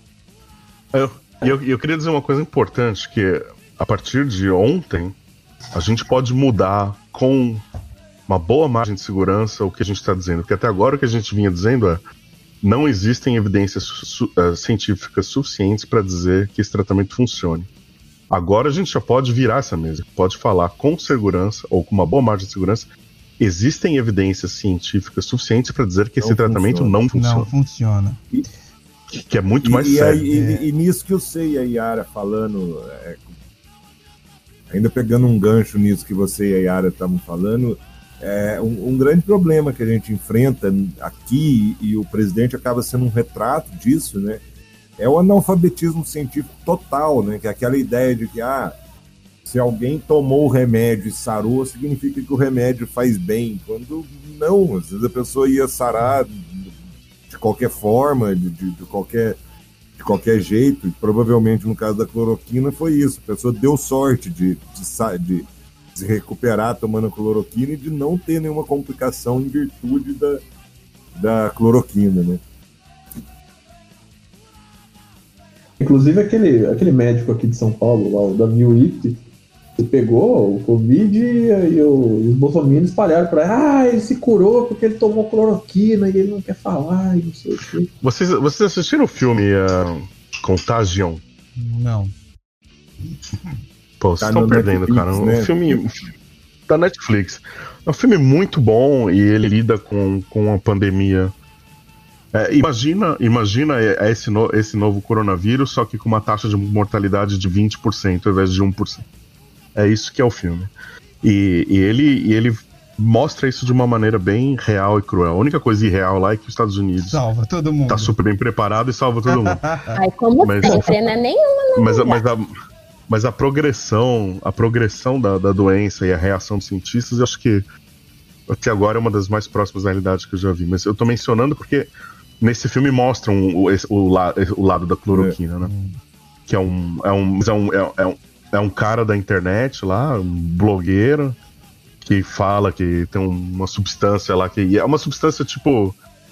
S4: Eu, eu, eu queria dizer uma coisa importante, que a partir de ontem, a gente pode mudar com uma boa margem de segurança o que a gente está dizendo. Porque até agora o que a gente vinha dizendo é não existem evidências su uh, científicas suficientes para dizer que esse tratamento funcione. Agora a gente já pode virar essa mesa, pode falar com segurança, ou com uma boa margem de segurança, existem evidências científicas suficientes para dizer que não esse funciona. tratamento não funciona.
S1: Não funciona.
S2: E,
S4: que, que é muito
S2: e,
S4: mais
S2: e,
S4: sério.
S2: E, é. e, e nisso que eu sei a Yara falando, é, ainda pegando um gancho nisso que você e a Yara estavam falando, é um, um grande problema que a gente enfrenta aqui, e o presidente acaba sendo um retrato disso, né? É o analfabetismo científico total, né? Que é aquela ideia de que, ah, se alguém tomou o remédio e sarou, significa que o remédio faz bem. Quando não, às vezes a pessoa ia sarar de qualquer forma, de, de, de, qualquer, de qualquer jeito. E provavelmente no caso da cloroquina foi isso. A pessoa deu sorte de, de, de se recuperar tomando cloroquina e de não ter nenhuma complicação em virtude da, da cloroquina, né?
S3: Inclusive aquele, aquele médico aqui de São Paulo, lá, o Davi Witt, ele pegou o Covid e, e, o, e os bolsominions espalharam pra ele, ah, ele se curou porque ele tomou cloroquina e ele não quer falar e não sei o quê.
S4: Vocês, vocês assistiram o filme uh, Contagion?
S1: Não.
S4: Pô, vocês
S2: Tá
S4: estão
S2: no
S4: perdendo,
S2: Netflix,
S4: cara. Um
S2: né?
S4: filme da Netflix. É um filme muito bom e ele lida com, com a pandemia. É, imagina imagina esse, no, esse novo coronavírus, só que com uma taxa de mortalidade de vinte por cento ao invés de um por cento. É isso que é o filme. E, e, ele, e ele mostra isso de uma maneira bem real e cruel. A única coisa irreal lá é que os Estados Unidos
S1: salva todo mundo.
S4: Tá super bem preparado e salva todo mundo.
S5: Ai, como
S4: mas,
S5: sempre, né? Nenhuma não
S4: mas, mas, a, mas a progressão, a progressão da, da doença e a reação dos cientistas, eu acho que até agora é uma das mais próximas da realidade que eu já vi. Mas eu tô mencionando porque nesse filme mostram o, o, o, o lado da cloroquina, é. né? Que é um, é, um, é, um, é, um, é um cara da internet lá, um blogueiro, que fala que tem uma substância lá, que é uma substância tipo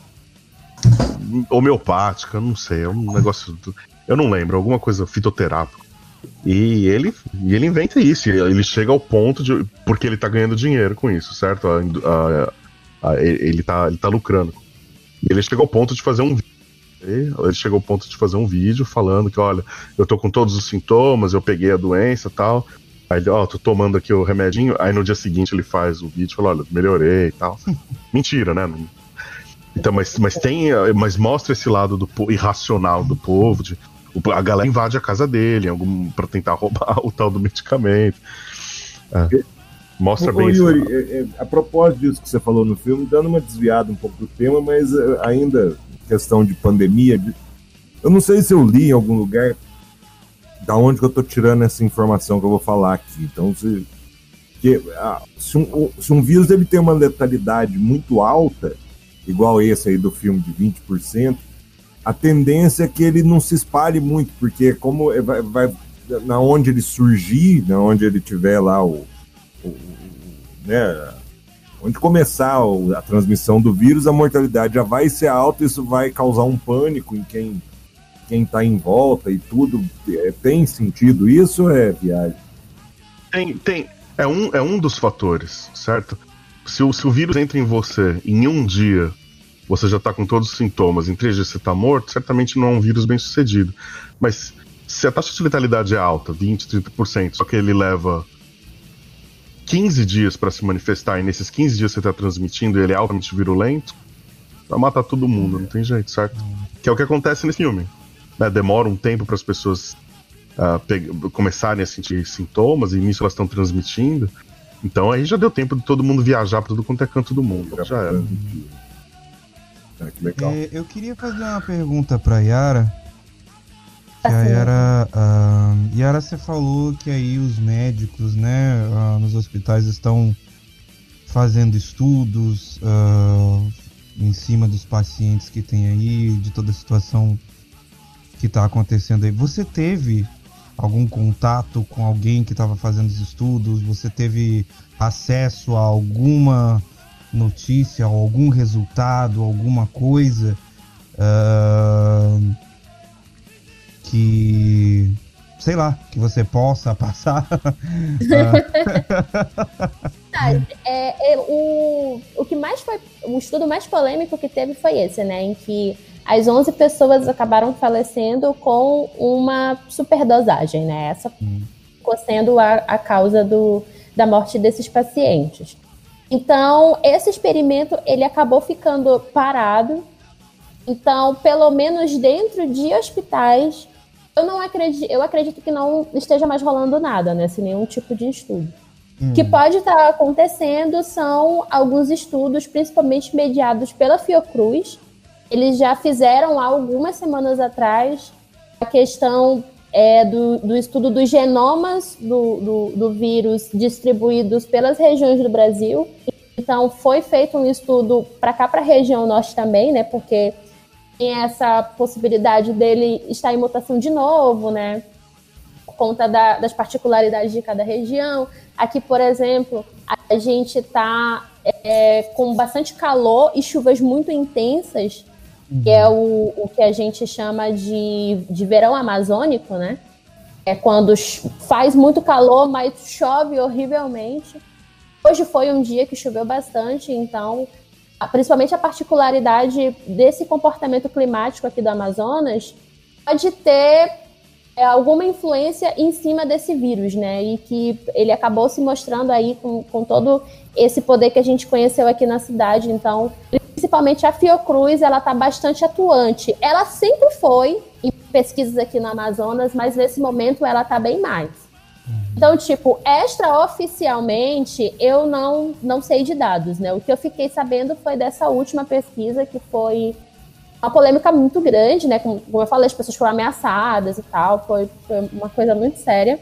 S4: homeopática, não sei, é um negócio, eu não lembro, alguma coisa fitoterápica. E ele, e ele inventa isso, ele chega ao ponto de, porque ele tá ganhando dinheiro com isso, certo? A, a, a, ele, tá, ele tá lucrando. E ele chegou ao ponto de fazer um vídeo. Ele chegou ao ponto de fazer um vídeo falando que, olha, eu tô com todos os sintomas, eu peguei a doença e tal. Aí ele, ó, oh, tô tomando aqui o remedinho. Aí no dia seguinte ele faz o vídeo e fala, olha, melhorei e tal. Mentira, né? Então, mas, mas tem. Mas mostra esse lado do irracional do povo. De, a galera invade a casa dele algum, pra tentar roubar o tal do medicamento. É. Mostra
S2: ô,
S4: bem
S2: ô,
S4: isso.
S2: Yuri, é, é, a propósito disso que você falou no filme, dando uma desviada um pouco do tema, mas é, ainda questão de pandemia, de, eu não sei se eu li em algum lugar da onde que eu tô tirando essa informação que eu vou falar aqui. Então, se, que, ah, se, um, se um vírus ele tem uma letalidade muito alta, igual esse aí do filme de vinte por cento, a tendência é que ele não se espalhe muito, porque como vai, vai na onde ele surgir, na onde ele tiver lá o O, o, né, onde começar a transmissão do vírus, a mortalidade já vai ser alta, isso vai causar um pânico em quem quem está em volta e tudo. É, tem sentido isso ou é viagem?
S4: Tem, tem. É um, é um dos fatores, certo? Se o, se o vírus entra em você em um dia, você já está com todos os sintomas, em três dias você está morto, certamente não é um vírus bem sucedido. Mas se a taxa de letalidade é alta, vinte, trinta por cento, só que ele leva quinze dias para se manifestar, e nesses quinze dias você está transmitindo e ele é altamente virulento, vai matar todo mundo, não tem jeito, certo? Que é o que acontece nesse filme. Né? Demora um tempo para as pessoas uh, começarem a sentir sintomas, e nisso elas estão transmitindo. Então aí já deu tempo de todo mundo viajar para tudo quanto é canto do mundo. Já era.
S2: Ah, que legal.
S1: É, eu queria fazer uma pergunta para Yara. Que a Yara, uh, Yara, você falou que aí os médicos, né, uh, nos hospitais estão fazendo estudos uh, em cima dos pacientes que tem aí, de toda a situação que está acontecendo aí. Você teve algum contato com alguém que estava fazendo os estudos? Você teve acesso a alguma notícia, algum resultado, alguma coisa? Uh, que, sei lá, que você possa passar.
S5: verdade. É, é, o, o que mais foi. O estudo mais polêmico que teve foi esse, né? Em que as onze pessoas acabaram falecendo com uma superdosagem, né? Essa hum. ficou sendo a, a causa do, da morte desses pacientes. Então, esse experimento, ele acabou ficando parado. Então, pelo menos dentro de hospitais, eu não acredito, eu acredito que não esteja mais rolando nada, né? Sem nenhum tipo de estudo. Hum. O que pode estar acontecendo são alguns estudos, principalmente mediados pela Fiocruz. Eles já fizeram há algumas semanas atrás a questão é, do, do estudo dos genomas do, do, do vírus distribuídos pelas regiões do Brasil. Então, foi feito um estudo para cá, para a região norte também, né? Porque tem essa possibilidade dele estar em mutação de novo, né? Por conta da, das particularidades de cada região. Aqui, por exemplo, a gente está é, com bastante calor e chuvas muito intensas, uhum. que é o, o que a gente chama de, de verão amazônico, né? É quando faz muito calor, mas chove horrivelmente. Hoje foi um dia que choveu bastante, então, principalmente a particularidade desse comportamento climático aqui do Amazonas pode ter é, alguma influência em cima desse vírus, né? E que ele acabou se mostrando aí com, com todo esse poder que a gente conheceu aqui na cidade. Então, principalmente a Fiocruz, ela está bastante atuante. Ela sempre foi em pesquisas aqui no Amazonas, mas nesse momento ela está bem mais. Então, tipo, extraoficialmente, eu não, não sei de dados, né? O que eu fiquei sabendo foi dessa última pesquisa, que foi uma polêmica muito grande, né? Como, como eu falei, as pessoas foram ameaçadas e tal, foi, foi uma coisa muito séria.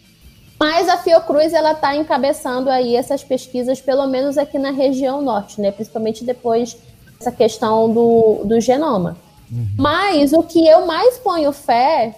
S5: Mas a Fiocruz, ela tá encabeçando aí essas pesquisas, pelo menos aqui na região norte, né? Principalmente depois dessa questão do, do genoma. Uhum. Mas o que eu mais ponho fé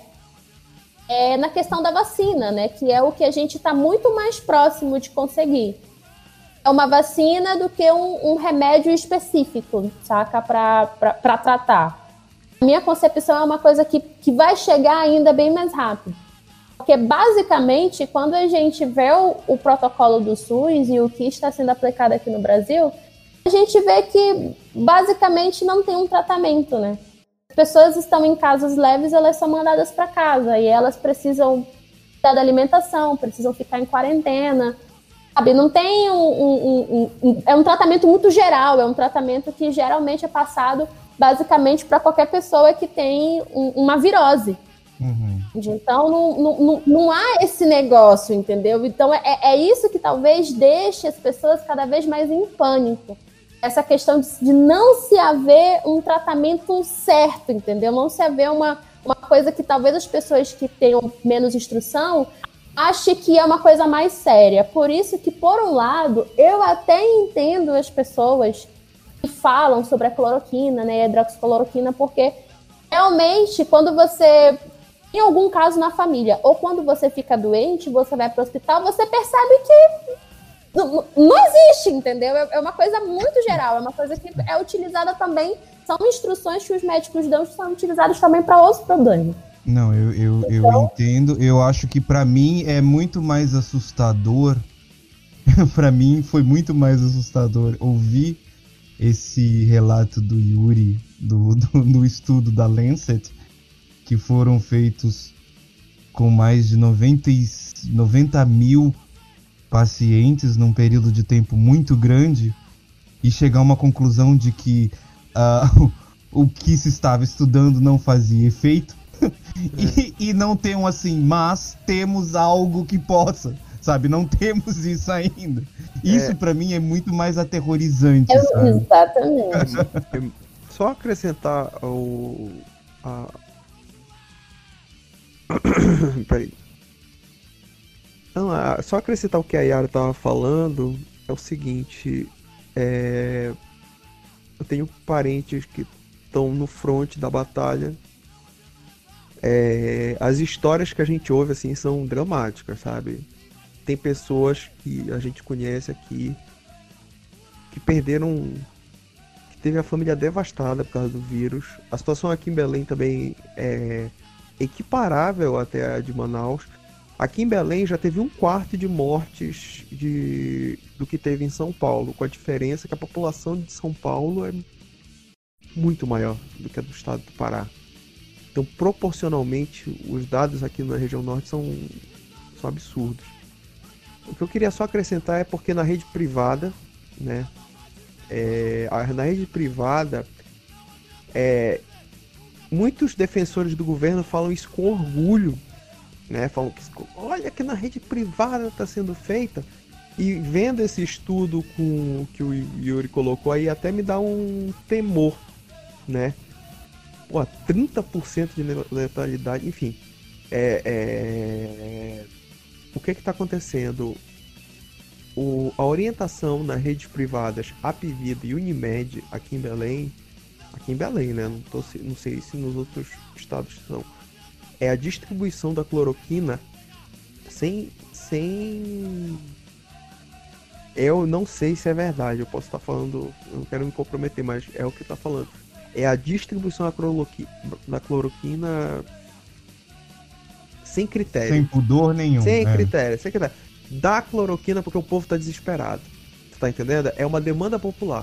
S5: é na questão da vacina, né? Que é o que a gente está muito mais próximo de conseguir. É uma vacina do que um, um remédio específico, saca? Para tratar. A minha concepção é uma coisa que, que vai chegar ainda bem mais rápido. Porque, basicamente, quando a gente vê o, o protocolo do SUS e o que está sendo aplicado aqui no Brasil, a gente vê que, basicamente, não tem um tratamento, né? As pessoas estão em casos leves, elas são mandadas para casa e elas precisam da alimentação, precisam ficar em quarentena, sabe? Não tem um, um, um, um... É um tratamento muito geral, é um tratamento que geralmente é passado basicamente para qualquer pessoa que tem um, uma virose. Uhum. Então, não, não, não há esse negócio, entendeu? Então, é, é isso que talvez deixe as pessoas cada vez mais em pânico. Essa questão de, de não se haver um tratamento certo, entendeu? Não se haver uma, uma coisa que talvez as pessoas que tenham menos instrução achem que é uma coisa mais séria. Por isso que, por um lado, eu até entendo as pessoas que falam sobre a cloroquina, né, a hidroxicloroquina, porque realmente, quando você tem algum caso na família, ou quando você fica doente, você vai para o hospital, você percebe que Não, não existe, entendeu? É uma coisa muito geral, é uma coisa que é utilizada também, são instruções que os médicos dão que são utilizadas também para outros problemas.
S1: Não, eu, eu, então... eu entendo, eu acho que para mim é muito mais assustador, para mim foi muito mais assustador ouvir esse relato do Yuri, do, do, do estudo da Lancet, que foram feitos com mais de noventa mil pacientes num período de tempo muito grande e chegar a uma conclusão de que uh, o que se estava estudando não fazia efeito e, e não tem um assim, mas temos algo que possa, sabe? Não temos isso ainda. Isso é. Para mim é muito mais aterrorizante,
S5: é,
S1: sabe?
S5: Exatamente.
S6: Só acrescentar o... A... Peraí. Não, só acrescentar o que a Yara estava falando é o seguinte, é... eu tenho parentes que estão no fronte da batalha, é... as histórias que a gente ouve assim são dramáticas, sabe? Tem pessoas que a gente conhece aqui que perderam, que teve a família devastada por causa do vírus. A situação aqui em Belém também é equiparável até a de Manaus. Aqui em Belém já teve um quarto de mortes de, do que teve em São Paulo, com a diferença que a população de São Paulo é muito maior do que a do estado do Pará. Então, proporcionalmente, os dados aqui na região norte são, são absurdos. O que eu queria só acrescentar é porque na rede privada, né, é, na rede privada, é, muitos defensores do governo falam isso com orgulho, né, falam que olha que na rede privada está sendo feita, e vendo esse estudo com, que o Yuri colocou aí, até me dá um temor, né? Pô, trinta por cento de letalidade, enfim. É, é... O que que tá acontecendo? O, a orientação nas redes privadas, Apvida e Unimed, aqui em Belém, aqui em Belém, né? Não, tô, não sei se nos outros estados são. É a distribuição da cloroquina sem... sem... Eu não sei se é verdade, eu posso estar falando, eu não quero me comprometer, mas é o que tá falando. É a distribuição da cloroquina, da cloroquina sem critério.
S1: Sem pudor nenhum.
S6: Sem
S1: né?
S6: critério, sem critério. Dá cloroquina porque o povo tá desesperado. Tu tá entendendo? É uma demanda popular.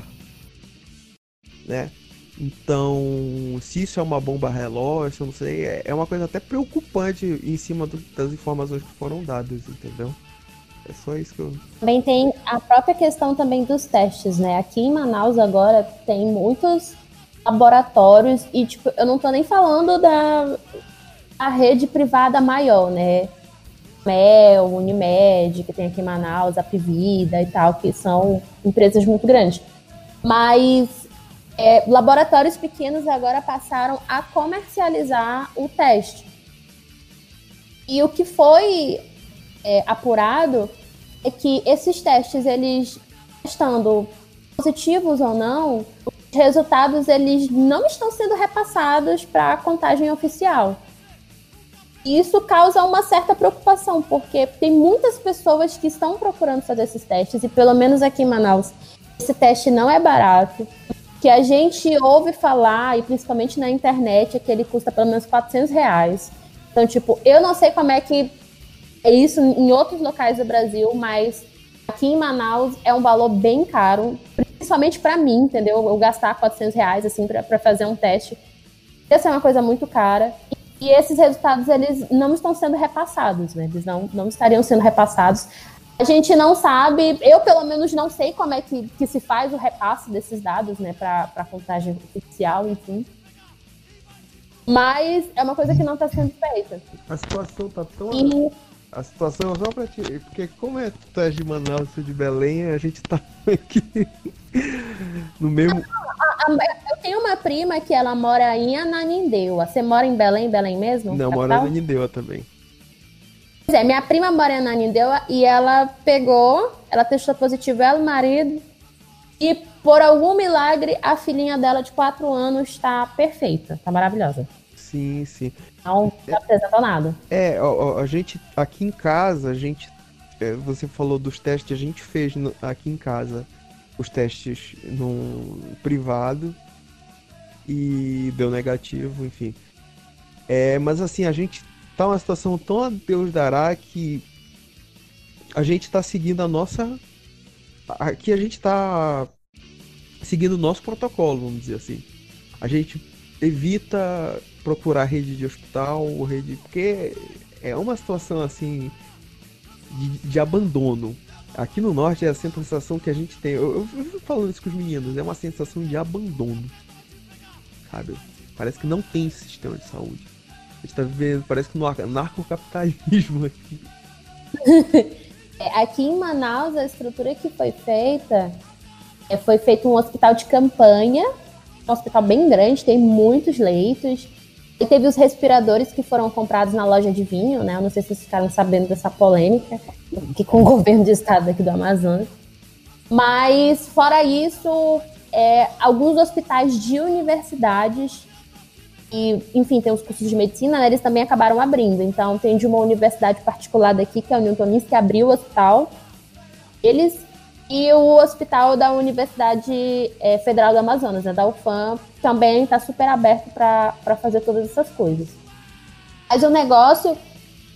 S6: Né? Então, se isso é uma bomba relógio, eu não sei, é, é uma coisa até preocupante em cima do, das informações que foram dadas, entendeu? É só isso que eu...
S5: Também tem a própria questão também dos testes, né? Aqui em Manaus agora tem muitos laboratórios e, tipo, eu não tô nem falando da a rede privada maior, né? Mel, Unimed, que tem aqui em Manaus, a Apvida e tal, que são empresas muito grandes. Mas é, laboratórios pequenos agora passaram a comercializar o teste. E o que foi é, apurado é que esses testes, eles estando positivos ou não, os resultados eles não estão sendo repassados para a contagem oficial. E isso causa uma certa preocupação, porque tem muitas pessoas que estão procurando fazer esses testes, e pelo menos aqui em Manaus, esse teste não é barato. Que a gente ouve falar, e principalmente na internet, é que ele custa pelo menos quatrocentos reais. Então, tipo, eu não sei como é que é isso em outros locais do Brasil, mas aqui em Manaus é um valor bem caro, principalmente para mim, entendeu? Eu gastar quatrocentos reais, assim, para fazer um teste. Essa é uma coisa muito cara. E esses resultados, eles não estão sendo repassados, né? Eles não, não estariam sendo repassados. A gente não sabe, eu pelo menos não sei como é que, que se faz o repasse desses dados, né? Para a contagem oficial, enfim. Mas é uma coisa que não está sendo feita.
S6: A situação tá tão...
S5: E...
S6: A situação, só pra ti, porque como é tu és de Manaus e de Belém, a gente tá aqui no mesmo...
S5: Eu tenho uma prima que ela mora em Ananindeua. Você mora em Belém, Belém mesmo?
S6: Não, mora em Ananindeua também.
S5: Pois é, minha prima mora em Ananindeua e ela pegou, ela testou positivo, ela e o marido, e por algum milagre a filhinha dela de quatro anos está perfeita, tá maravilhosa.
S6: Sim, sim.
S5: Não apresentou nada.
S6: É, a, a gente, aqui em casa, a gente, é, você falou dos testes, a gente fez no, aqui em casa os testes no privado e deu negativo, enfim. É, mas assim, a gente tá numa situação tão a Deus dará que a gente tá seguindo a nossa... Aqui a gente tá seguindo o nosso protocolo, vamos dizer assim. A gente evita procurar rede de hospital, rede... porque é uma situação assim de, de abandono. Aqui no norte é a sensação que a gente tem. Eu, eu vivo falando isso com os meninos, é uma sensação de abandono. Sabe? Parece que não tem sistema de saúde. A gente tá vivendo, parece que no narcocapitalismo aqui.
S5: Aqui em Manaus, a estrutura que foi feita é, foi feito um hospital de campanha, um hospital bem grande, tem muitos leitos. E teve os respiradores que foram comprados na loja de vinho, né? Eu não sei se vocês ficaram sabendo dessa polêmica que com o governo do estado aqui do Amazonas. Mas, fora isso, é, alguns hospitais de universidades, e, enfim, tem os cursos de medicina, né? Eles também acabaram abrindo. Então, tem de uma universidade particular daqui, que é a Newtonense, que abriu o hospital. Eles... E o hospital da Universidade é, Federal do Amazonas, né, da U F A M, também está super aberto para fazer todas essas coisas. Mas o negócio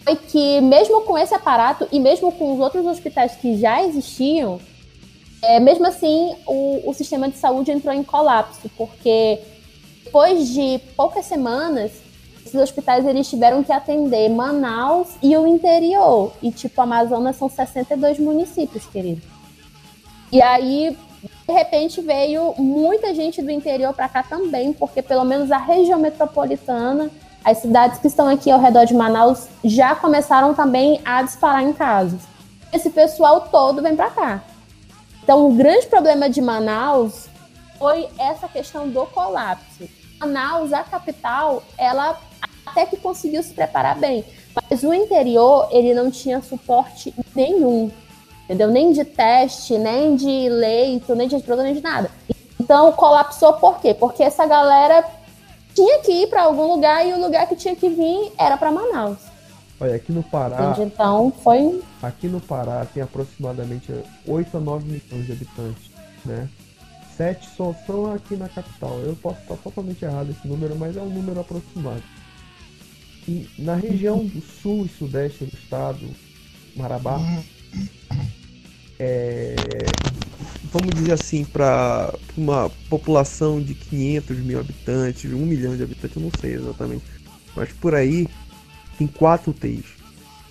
S5: foi que mesmo com esse aparato e mesmo com os outros hospitais que já existiam, é, mesmo assim o, o sistema de saúde entrou em colapso, porque depois de poucas semanas, esses hospitais eles tiveram que atender Manaus e o interior. E, tipo, Amazonas são sessenta e dois municípios, querido. E aí, de repente, veio muita gente do interior para cá também, porque pelo menos a região metropolitana, as cidades que estão aqui ao redor de Manaus, já começaram também a disparar em casos. Esse pessoal todo vem para cá. Então, o grande problema de Manaus foi essa questão do colapso. Manaus, a capital, ela até que conseguiu se preparar bem, mas o interior, ele não tinha suporte nenhum, entendeu? Nem de teste, nem de leito, nem de respirador, nem de nada. Então, colapsou por quê? Porque essa galera tinha que ir para algum lugar e o lugar que tinha que vir era para Manaus.
S6: Olha, aqui no Pará...
S5: Entende? Então, foi...
S6: Aqui no Pará tem aproximadamente oito a nove milhões de habitantes, né? Sete só são aqui na capital. Eu posso estar totalmente errado esse número, mas é um número aproximado. E na região do sul e sudeste do estado, Marabá, é, vamos dizer assim, para uma população de quinhentos mil habitantes, um milhão de habitantes, eu não sei exatamente, mas por aí tem quatro U T Is.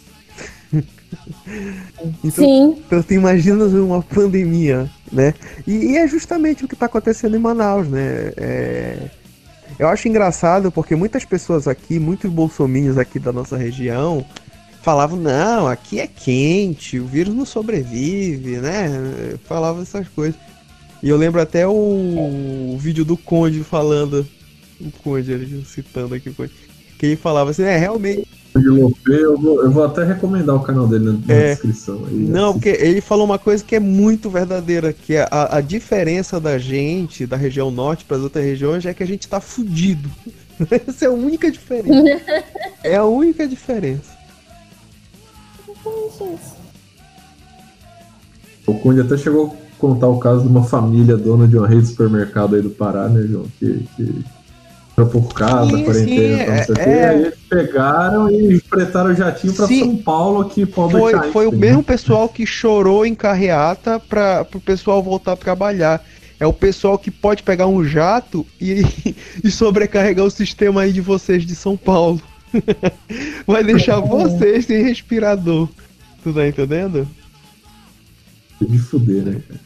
S6: Então,
S5: Sim.
S6: então tu imagina uma pandemia, né? E, e é justamente o que está acontecendo em Manaus, né? É, eu acho engraçado porque muitas pessoas aqui, muitos bolsominions aqui da nossa região, falavam, não, aqui é quente, o vírus não sobrevive, né? Falavam essas coisas. E eu lembro até o, o vídeo do Conde falando, o Conde, ele citando aqui o Conde, que ele falava assim, é, realmente...
S3: Eu vou, eu vou até recomendar o canal dele na, na
S6: É,
S3: descrição. Aí,
S6: não,
S3: assiste.
S6: porque ele falou uma coisa que é muito verdadeira, que é a, a diferença da gente, da região norte para as outras regiões, é que a gente tá fudido. Essa é a única diferença. É a única diferença.
S3: O Conde até chegou a contar o caso de uma família dona de uma rede de supermercado aí do Pará, né, João? Que... que... por casa,
S6: Sim,
S3: quarentena,
S6: sim,
S3: então, não sei o
S6: é,
S3: quê.
S6: é.
S3: Aí eles pegaram e fretaram o jatinho pra
S6: Sim.
S3: São Paulo, que pobre
S6: Foi,
S3: Einstein,
S6: foi o
S3: né?
S6: mesmo pessoal que chorou em carreata para o pessoal voltar a trabalhar. É o pessoal que pode pegar um jato e, e sobrecarregar o sistema aí de vocês de São Paulo. Vai deixar vocês sem respirador. Tu tá entendendo?
S3: De fuder, né, cara?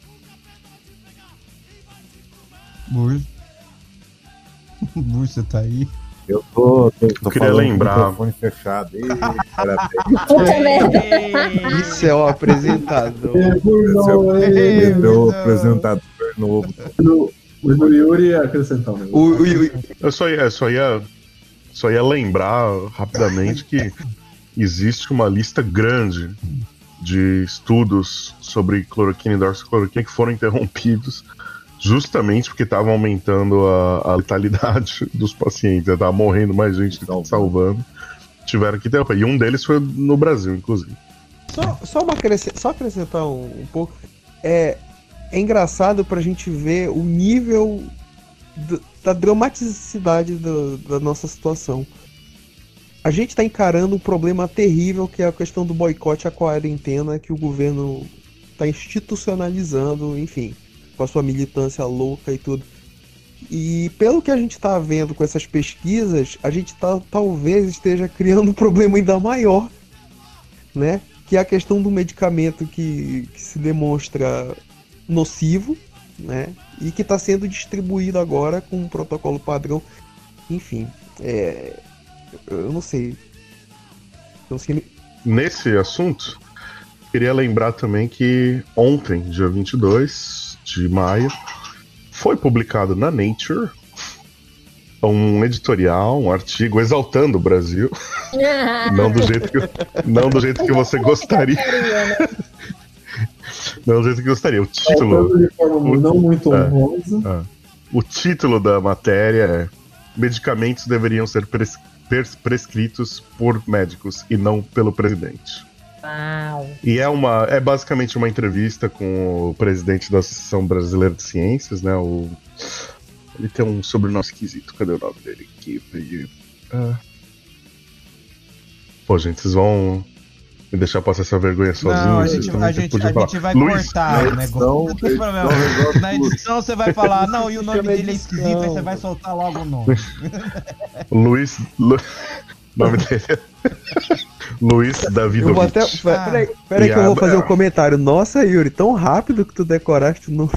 S1: Burro. Burro, você tá aí?
S2: Eu tô, tô, tô
S4: Eu queria
S2: falando
S4: lembrar.
S2: com o microfone fechado. Ih, cara,
S5: Puta merda.
S6: Isso é o apresentador.
S2: esse é o
S1: Ei,
S2: meu
S1: não.
S2: apresentador novo.
S3: Mas o Yuri ia acrescentar um negócio.
S6: O, o, o,
S4: Eu só ia, só ia, só ia lembrar rapidamente que existe uma lista grande de estudos sobre cloroquina e hidroxicloroquina que foram interrompidos justamente porque estavam aumentando a, a letalidade dos pacientes, estava morrendo mais gente do que salvando. Tiveram que interromper. E um deles foi no Brasil, inclusive.
S6: Só, só, uma acresce- só acrescentar um, um pouco. É, é engraçado pra gente ver o nível do- da dramaticidade do- da nossa situação. A gente tá encarando um problema terrível que é a questão do boicote à quarentena que o governo tá institucionalizando, enfim, com a sua militância louca e tudo. E pelo que a gente tá vendo com essas pesquisas, a gente tá, talvez esteja criando um problema ainda maior, né? Que é a questão do medicamento que, que se demonstra nocivo, né? E que está sendo distribuído agora com um protocolo padrão. Enfim, é... eu não sei. Não sei.
S4: Nesse assunto, queria lembrar também que ontem, dia vinte e dois de maio, foi publicado na Nature um editorial, um artigo exaltando o Brasil. Não do jeito que, não do jeito que você gostaria. Não do jeito que gostaria. O título.
S3: Falando de forma
S4: o-
S3: não muito
S4: é.
S3: honrosa.
S4: Ah. O título da matéria é: medicamentos deveriam ser pres- pres- prescritos por médicos e não pelo presidente.
S5: Uau.
S4: E é uma é basicamente uma entrevista com o presidente da Associação Brasileira de Ciências, né? O, ele tem um sobrenome esquisito. Cadê o nome dele aqui? Eu peguei. Ah. Pô, gente, vocês vão me deixar passar essa vergonha sozinho?
S1: Não, a
S4: Vocês
S1: gente,
S4: também
S1: a gente,
S4: podiam
S1: a
S4: falar.
S1: gente vai
S4: Luiz,
S1: cortar o
S2: na
S1: negócio. Não tem
S2: edição,
S1: problema.
S2: resolve
S1: Na
S2: tudo.
S1: edição você vai falar, não, e o nome
S6: Chama
S1: dele é
S6: edição.
S1: esquisito, aí você vai soltar logo o nome.
S4: Luiz. Lu... O nome dele é. Luiz
S6: Eu vou até.
S4: Davidovich.
S1: Ah.
S6: Peraí, peraí
S4: E
S6: que eu
S4: a-
S6: vou fazer um comentário. Nossa, Yuri, tão rápido que tu decoraste o nome.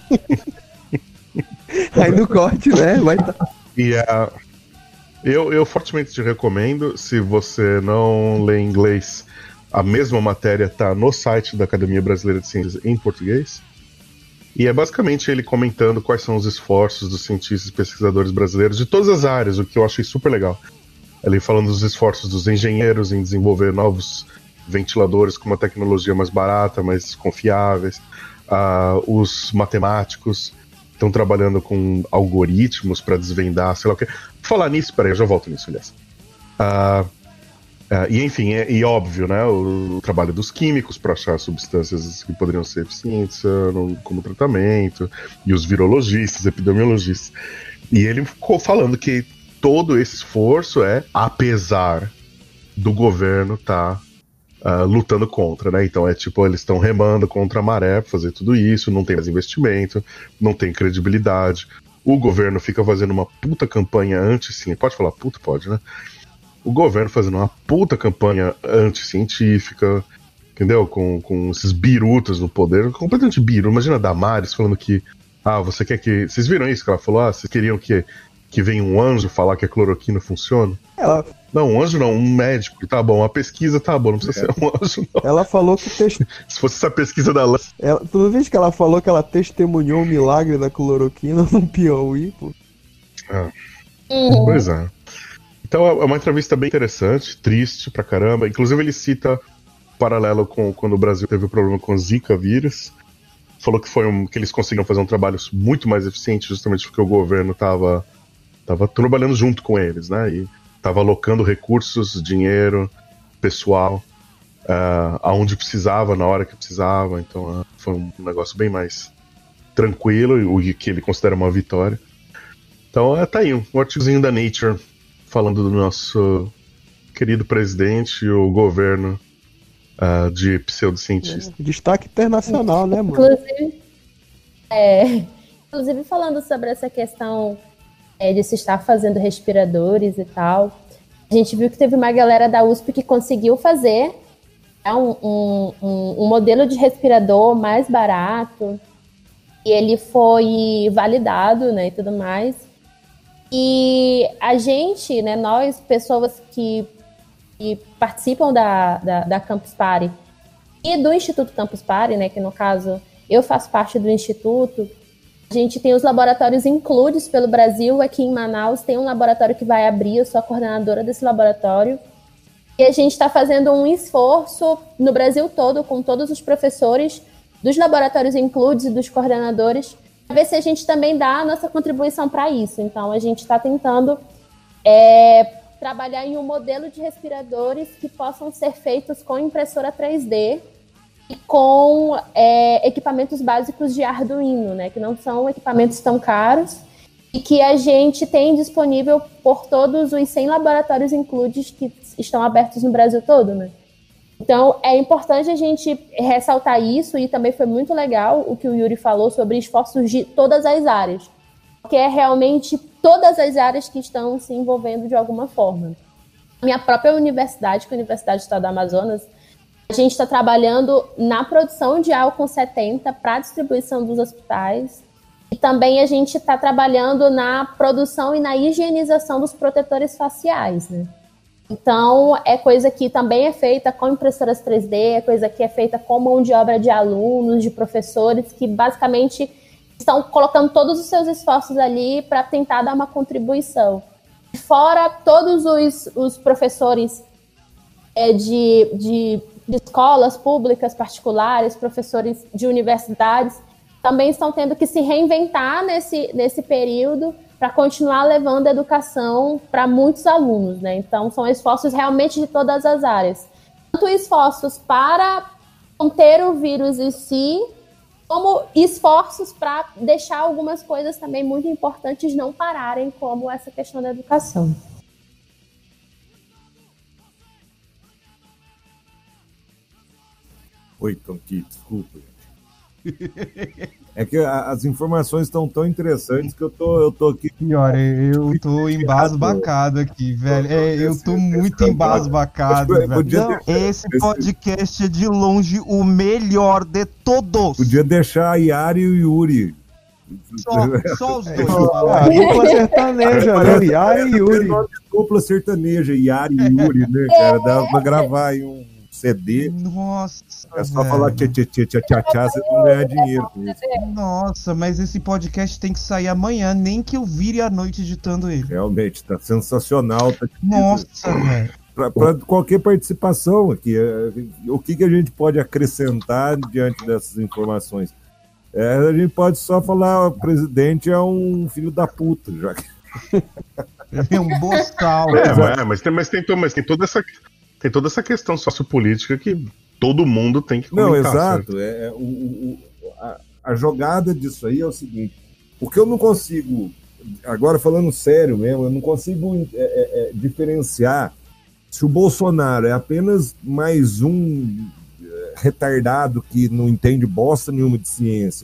S6: Aí no corte, né? Vai tá.
S4: E a. Eu, eu fortemente te recomendo, se você não lê inglês, a mesma matéria tá no site da Academia Brasileira de Ciências em português. E é basicamente ele comentando quais são os esforços dos cientistas e pesquisadores brasileiros de todas as áreas, o que eu achei super legal. Ele falando dos esforços dos engenheiros em desenvolver novos ventiladores com uma tecnologia mais barata, mais confiáveis. Ah, os matemáticos estão trabalhando com algoritmos para desvendar, sei lá o que. Falar nisso, peraí, eu já volto nisso, aliás. Ah, ah, e enfim, é, e óbvio, né, o, o trabalho dos químicos para achar substâncias que poderiam ser eficientes ah, no, como tratamento, e os virologistas, epidemiologistas. E ele ficou falando que todo esse esforço é apesar do governo estar tá, uh, lutando contra, né? Então é tipo, eles estão remando contra a maré pra fazer tudo isso, não tem mais investimento, não tem credibilidade. O governo fica fazendo uma puta campanha anti-científica. Pode falar puta? Pode, né? O governo fazendo uma puta campanha anti-científica, entendeu? Com, com esses birutas no poder, completamente biru. Imagina a Damares falando que, ah, você quer que... Vocês viram isso que ela falou? Ah, vocês queriam que... que vem um anjo falar que a cloroquina funciona?
S6: Ela,
S4: Não, um anjo não, um médico. Tá bom, a pesquisa tá bom, não precisa ser um anjo, não.
S6: ela falou que test...
S4: Se fosse essa pesquisa da Lance.
S6: ela, tu viu que ela falou que ela testemunhou o milagre da cloroquina no Piauí, pô?
S5: Uhum.
S4: Pois é. Então é uma entrevista bem interessante, triste pra caramba. Inclusive ele cita paralelo com quando o Brasil teve o problema com o Zika vírus. Falou que foi um, que eles conseguiram fazer um trabalho muito mais eficiente, justamente porque o governo tava, tava trabalhando junto com eles, né? E tava alocando recursos, dinheiro, pessoal, uh, aonde precisava, na hora que precisava. Então uh, foi um negócio bem mais tranquilo, o que ele considera uma vitória. Então uh, tá aí, um artigozinho da Nature falando do nosso querido presidente e o governo uh, de pseudocientistas.
S6: Destaque internacional, né, mano?
S5: Inclusive, é, inclusive falando sobre essa questão é, de se estar fazendo respiradores e tal, a gente viu que teve uma galera da U S P que conseguiu fazer é, um, um, um, um modelo de respirador mais barato, e ele foi validado, né, e tudo mais. E a gente, né, nós, pessoas que, que participam da, da, da Campus Party e do Instituto Campus Party, né, que no caso eu faço parte do Instituto, a gente tem os laboratórios incluídos pelo Brasil. Aqui em Manaus tem um laboratório que vai abrir, eu sou a coordenadora desse laboratório, e a gente está fazendo um esforço no Brasil todo, com todos os professores dos laboratórios incluídos e dos coordenadores, ver se a gente também dá a nossa contribuição para isso. Então, a gente está tentando é, trabalhar em um modelo de respiradores que possam ser feitos com impressora três D e com é, equipamentos básicos de Arduino, né, que não são equipamentos tão caros e que a gente tem disponível por todos os cem laboratórios incluídos que estão abertos no Brasil todo, né? Então, é importante a gente ressaltar isso, e também foi muito legal o que o Yuri falou sobre esforços de todas as áreas, porque é realmente todas as áreas que estão se envolvendo de alguma forma. A minha própria universidade, que é a Universidade do Estado do Amazonas, a gente está trabalhando na produção de álcool setenta para distribuição dos hospitais, e também a gente está trabalhando na produção e na higienização dos protetores faciais, né? Então, é coisa que também é feita com impressoras três D, é coisa que é feita com mão de obra de alunos, de professores, que basicamente estão colocando todos os seus esforços ali para tentar dar uma contribuição. Fora todos os, os professores é, de, de, de escolas públicas, particulares, professores de universidades, também estão tendo que se reinventar nesse, nesse período, para continuar levando a educação para muitos alunos, né? Então, são esforços realmente de todas as áreas. Tanto esforços para conter o vírus em si, como esforços para deixar algumas coisas também muito importantes não pararem, como essa questão da educação.
S2: Oi, Tom Key, desculpa. É que a, as informações estão tão interessantes que eu tô, eu tô aqui.
S1: Pior, eu tô embasbacado aqui, velho. É, eu tô muito embasbacado, velho. Não, esse podcast é de longe o melhor de todos.
S2: Podia deixar a Yari e o Yuri.
S1: Só, só os dois.
S6: Ah, dupla sertaneja, né? Yari e Yuri.
S2: Dupla sertaneja, Yari e Yuri, né, cara? Dá pra gravar aí um C D.
S1: Nossa.
S2: É só
S1: velho.
S2: falar tchá tchá tchá tchá tchá tchá, você não ganha dinheiro com isso.
S1: Nossa, mas esse podcast tem que sair amanhã, nem que eu vire a noite editando ele.
S2: Realmente, tá sensacional. Tá
S1: Nossa, velho.
S2: Para qualquer participação aqui, o que, que a gente pode acrescentar diante dessas informações? É, a gente pode só falar, o presidente é um filho da puta, já que...
S1: É um boçal.
S4: É, mas, mas, tem, mas, tem, mas tem toda essa tem toda essa questão sociopolítica que todo mundo tem que comentar.
S2: Não, exato. É, é, o, o, a, a jogada disso aí é o seguinte, porque eu não consigo, agora falando sério mesmo, eu não consigo é, é, é, diferenciar se o Bolsonaro é apenas mais um retardado que não entende bosta nenhuma de ciência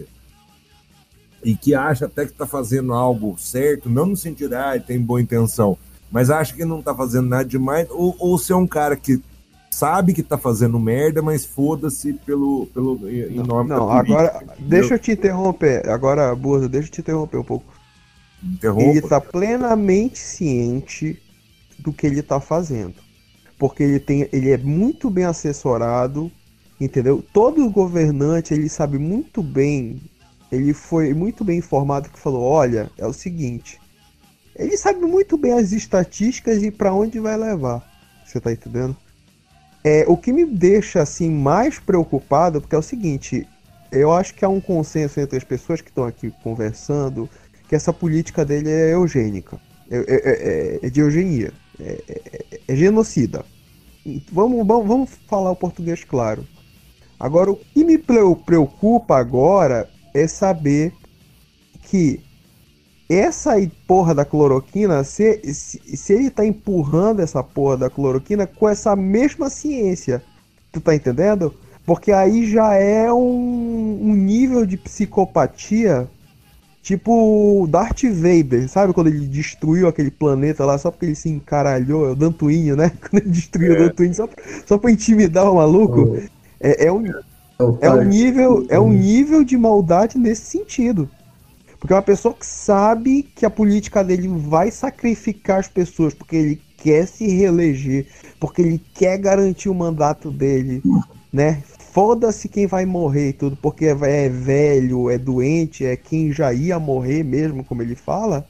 S2: e que acha até que está fazendo algo certo, não no sentido de ah, tem boa intenção, mas acha que não está fazendo nada demais, ou, ou se é um cara que sabe que está fazendo merda, mas foda-se pelo, pelo em nome
S6: não,
S2: da política.
S6: Agora, entendeu? Deixa eu te interromper. Agora, Burza, deixa eu te interromper um pouco.
S2: Interrompa.
S6: Ele está plenamente ciente do que ele está fazendo. Porque ele, tem, ele é muito bem assessorado, entendeu? Todo governante, ele sabe muito bem, ele foi muito bem informado que falou, olha, é o seguinte, ele sabe muito bem as estatísticas e para onde vai levar, você tá entendendo? É, o que me deixa assim mais preocupado, porque é o seguinte, eu acho que há um consenso entre as pessoas que estão aqui conversando, que essa política dele é eugênica, é, é, é, é de eugenia, é, é, é genocida. Vamos, vamos, vamos falar o português claro. Agora, o que me preocupa agora é saber que essa porra da cloroquina, se, se, se ele tá empurrando essa porra da cloroquina com essa mesma ciência, tu tá entendendo? Porque aí já é um, um nível de psicopatia tipo Darth Vader, sabe? Quando ele destruiu aquele planeta lá só porque ele se encaralhou, é o Dantuinho, né? Quando ele destruiu é. o Dantuinho só, só pra intimidar o maluco. Oh. É, é, um, é, um nível, é um nível de maldade nesse sentido. Porque é uma pessoa que sabe que a política dele vai sacrificar as pessoas, porque ele quer se reeleger, porque ele quer garantir o mandato dele, né? Foda-se quem vai morrer e tudo, porque é velho, é doente, é quem já ia morrer mesmo, como ele fala.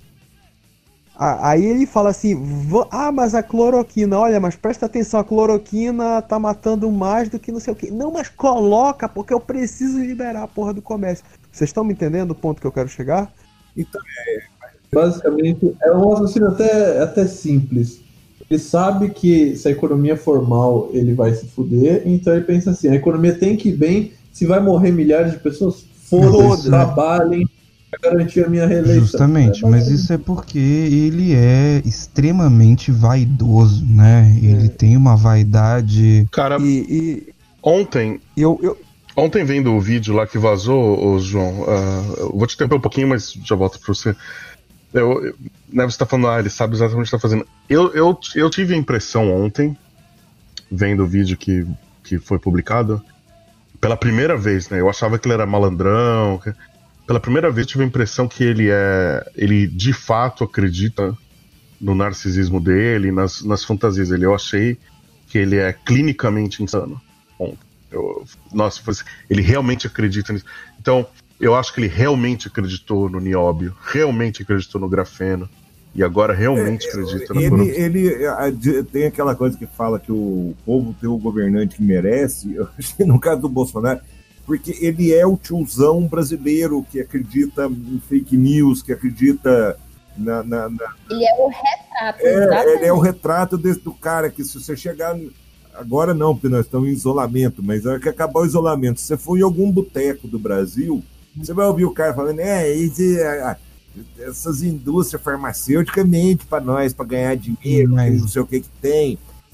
S6: Aí ele fala assim, ah, mas a cloroquina, olha, mas presta atenção, a cloroquina tá matando mais do que não sei o que. Não, mas coloca, porque eu preciso liberar a porra do comércio. Vocês estão me entendendo o ponto que eu quero chegar?
S3: Então, é, basicamente, é um raciocínio até, até simples. Ele sabe que se a economia for mal, ele vai se fuder, então ele pensa assim, a economia tem que ir bem, se vai morrer milhares de pessoas, foda-se, trabalhem para garantir a minha reeleição.
S1: Justamente, é, mas isso é porque ele é extremamente vaidoso, né? Ele é. tem uma vaidade...
S4: Cara,
S6: e, e...
S4: ontem...
S6: Eu, eu...
S4: Ontem vendo o vídeo lá que vazou, ô, João, uh, eu vou te interromper um pouquinho, mas já volto para você. Eu, eu, né, você tá falando, ah, ele sabe exatamente o que tá fazendo. Eu, eu, eu tive a impressão ontem, vendo o vídeo que, que foi publicado, pela primeira vez, né? Eu achava que ele era malandrão. Que, pela primeira vez tive a impressão que ele é. Ele de fato acredita no narcisismo dele, nas, nas fantasias dele. Eu achei que ele é clinicamente insano. Ontem. Eu, nossa, ele realmente acredita nisso. Então, eu acho que ele realmente acreditou no nióbio, realmente acreditou no grafeno, e agora realmente é, acredita no
S2: ele, ele tem aquela coisa que fala que o povo tem o governante que merece. Eu acho que no caso do Bolsonaro, porque ele é o tiozão brasileiro que acredita em fake news, que acredita na... na, na...
S5: Ele é o retrato,
S2: é,
S5: exatamente.
S2: Ele é o retrato desse, do cara que se você chegar... Agora não, porque nós estamos em isolamento, mas na hora que acabar o isolamento, se você for em algum boteco do Brasil, você vai ouvir o cara falando, é, esse, a, essas indústrias farmacêuticas mentem para nós, para ganhar dinheiro, mas... não sei o que que tem.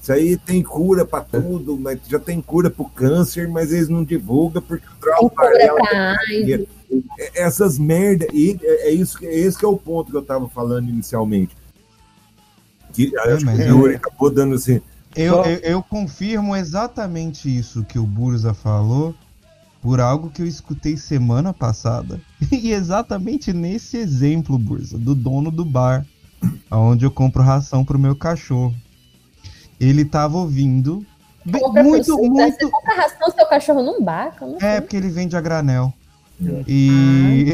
S2: Isso aí tem cura pra tudo, mas já tem cura pro câncer, mas eles não divulgam porque o Drauzio Varela... Essas merda, e é, isso, é esse que é o ponto que eu tava falando inicialmente. Que,
S1: É,
S2: acho que o
S1: mas
S2: Yuri
S1: eu-
S2: acabou dando assim...
S1: Eu,
S2: Só-
S1: eu, eu confirmo exatamente isso que o Burza falou por algo que eu escutei semana passada. E exatamente nesse exemplo, Burza, do dono do bar, onde eu compro ração pro meu cachorro. Ele tava ouvindo. bem-
S5: Compra
S1: muito,
S5: pro-
S1: muito.
S5: Você compra ração do seu cachorro num bar? Eu não
S1: É,
S5: sei.
S1: porque ele vende a granel. E.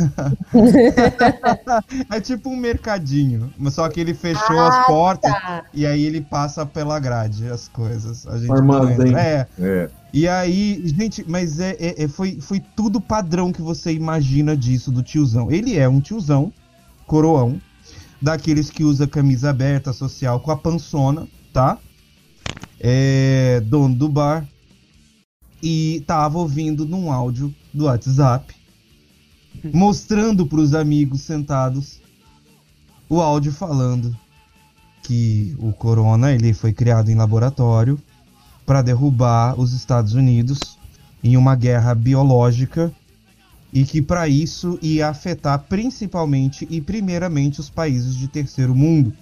S1: É tipo um mercadinho. Mas só que ele fechou as portas
S5: Tá.
S1: e aí ele passa pela grade as coisas. A gente não
S3: Armazém.
S1: entra. É.
S2: É,
S1: E aí, gente, mas é, é- é- foi, foi tudo padrão que você imagina disso do tiozão. Ele é um tiozão, coroão, daqueles que usa camisa aberta social com a pançona, tá? É dono do bar. E tava ouvindo num áudio do WhatsApp, mostrando pros amigos sentados o áudio falando que o corona ele foi criado em laboratório para derrubar os Estados Unidos em uma guerra biológica e que para isso ia afetar principalmente e primeiramente os países de terceiro mundo.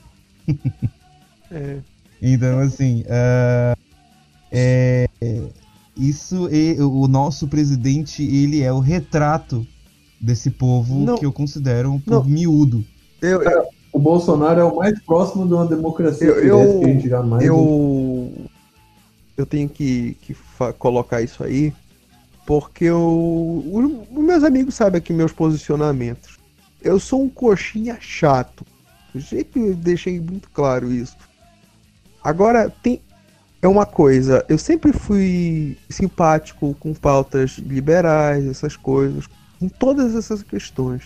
S6: É.
S1: Então, assim, é, é, isso é, o nosso presidente, ele é o retrato desse povo
S6: Não.
S1: que eu considero um povo
S6: Não.
S1: miúdo.
S6: Eu, eu,
S3: O Bolsonaro é o mais próximo de uma democracia
S6: Eu- eu-
S3: direta que a gente jamais viu.
S6: eu, eu tenho que, que fa- colocar isso aí, porque eu, os, os meus amigos sabem aqui meus posicionamentos. Eu sou um coxinha chato. Eu sempre deixei muito claro isso. Agora, tem. É uma coisa, eu sempre fui simpático com pautas liberais, essas coisas, com todas essas questões.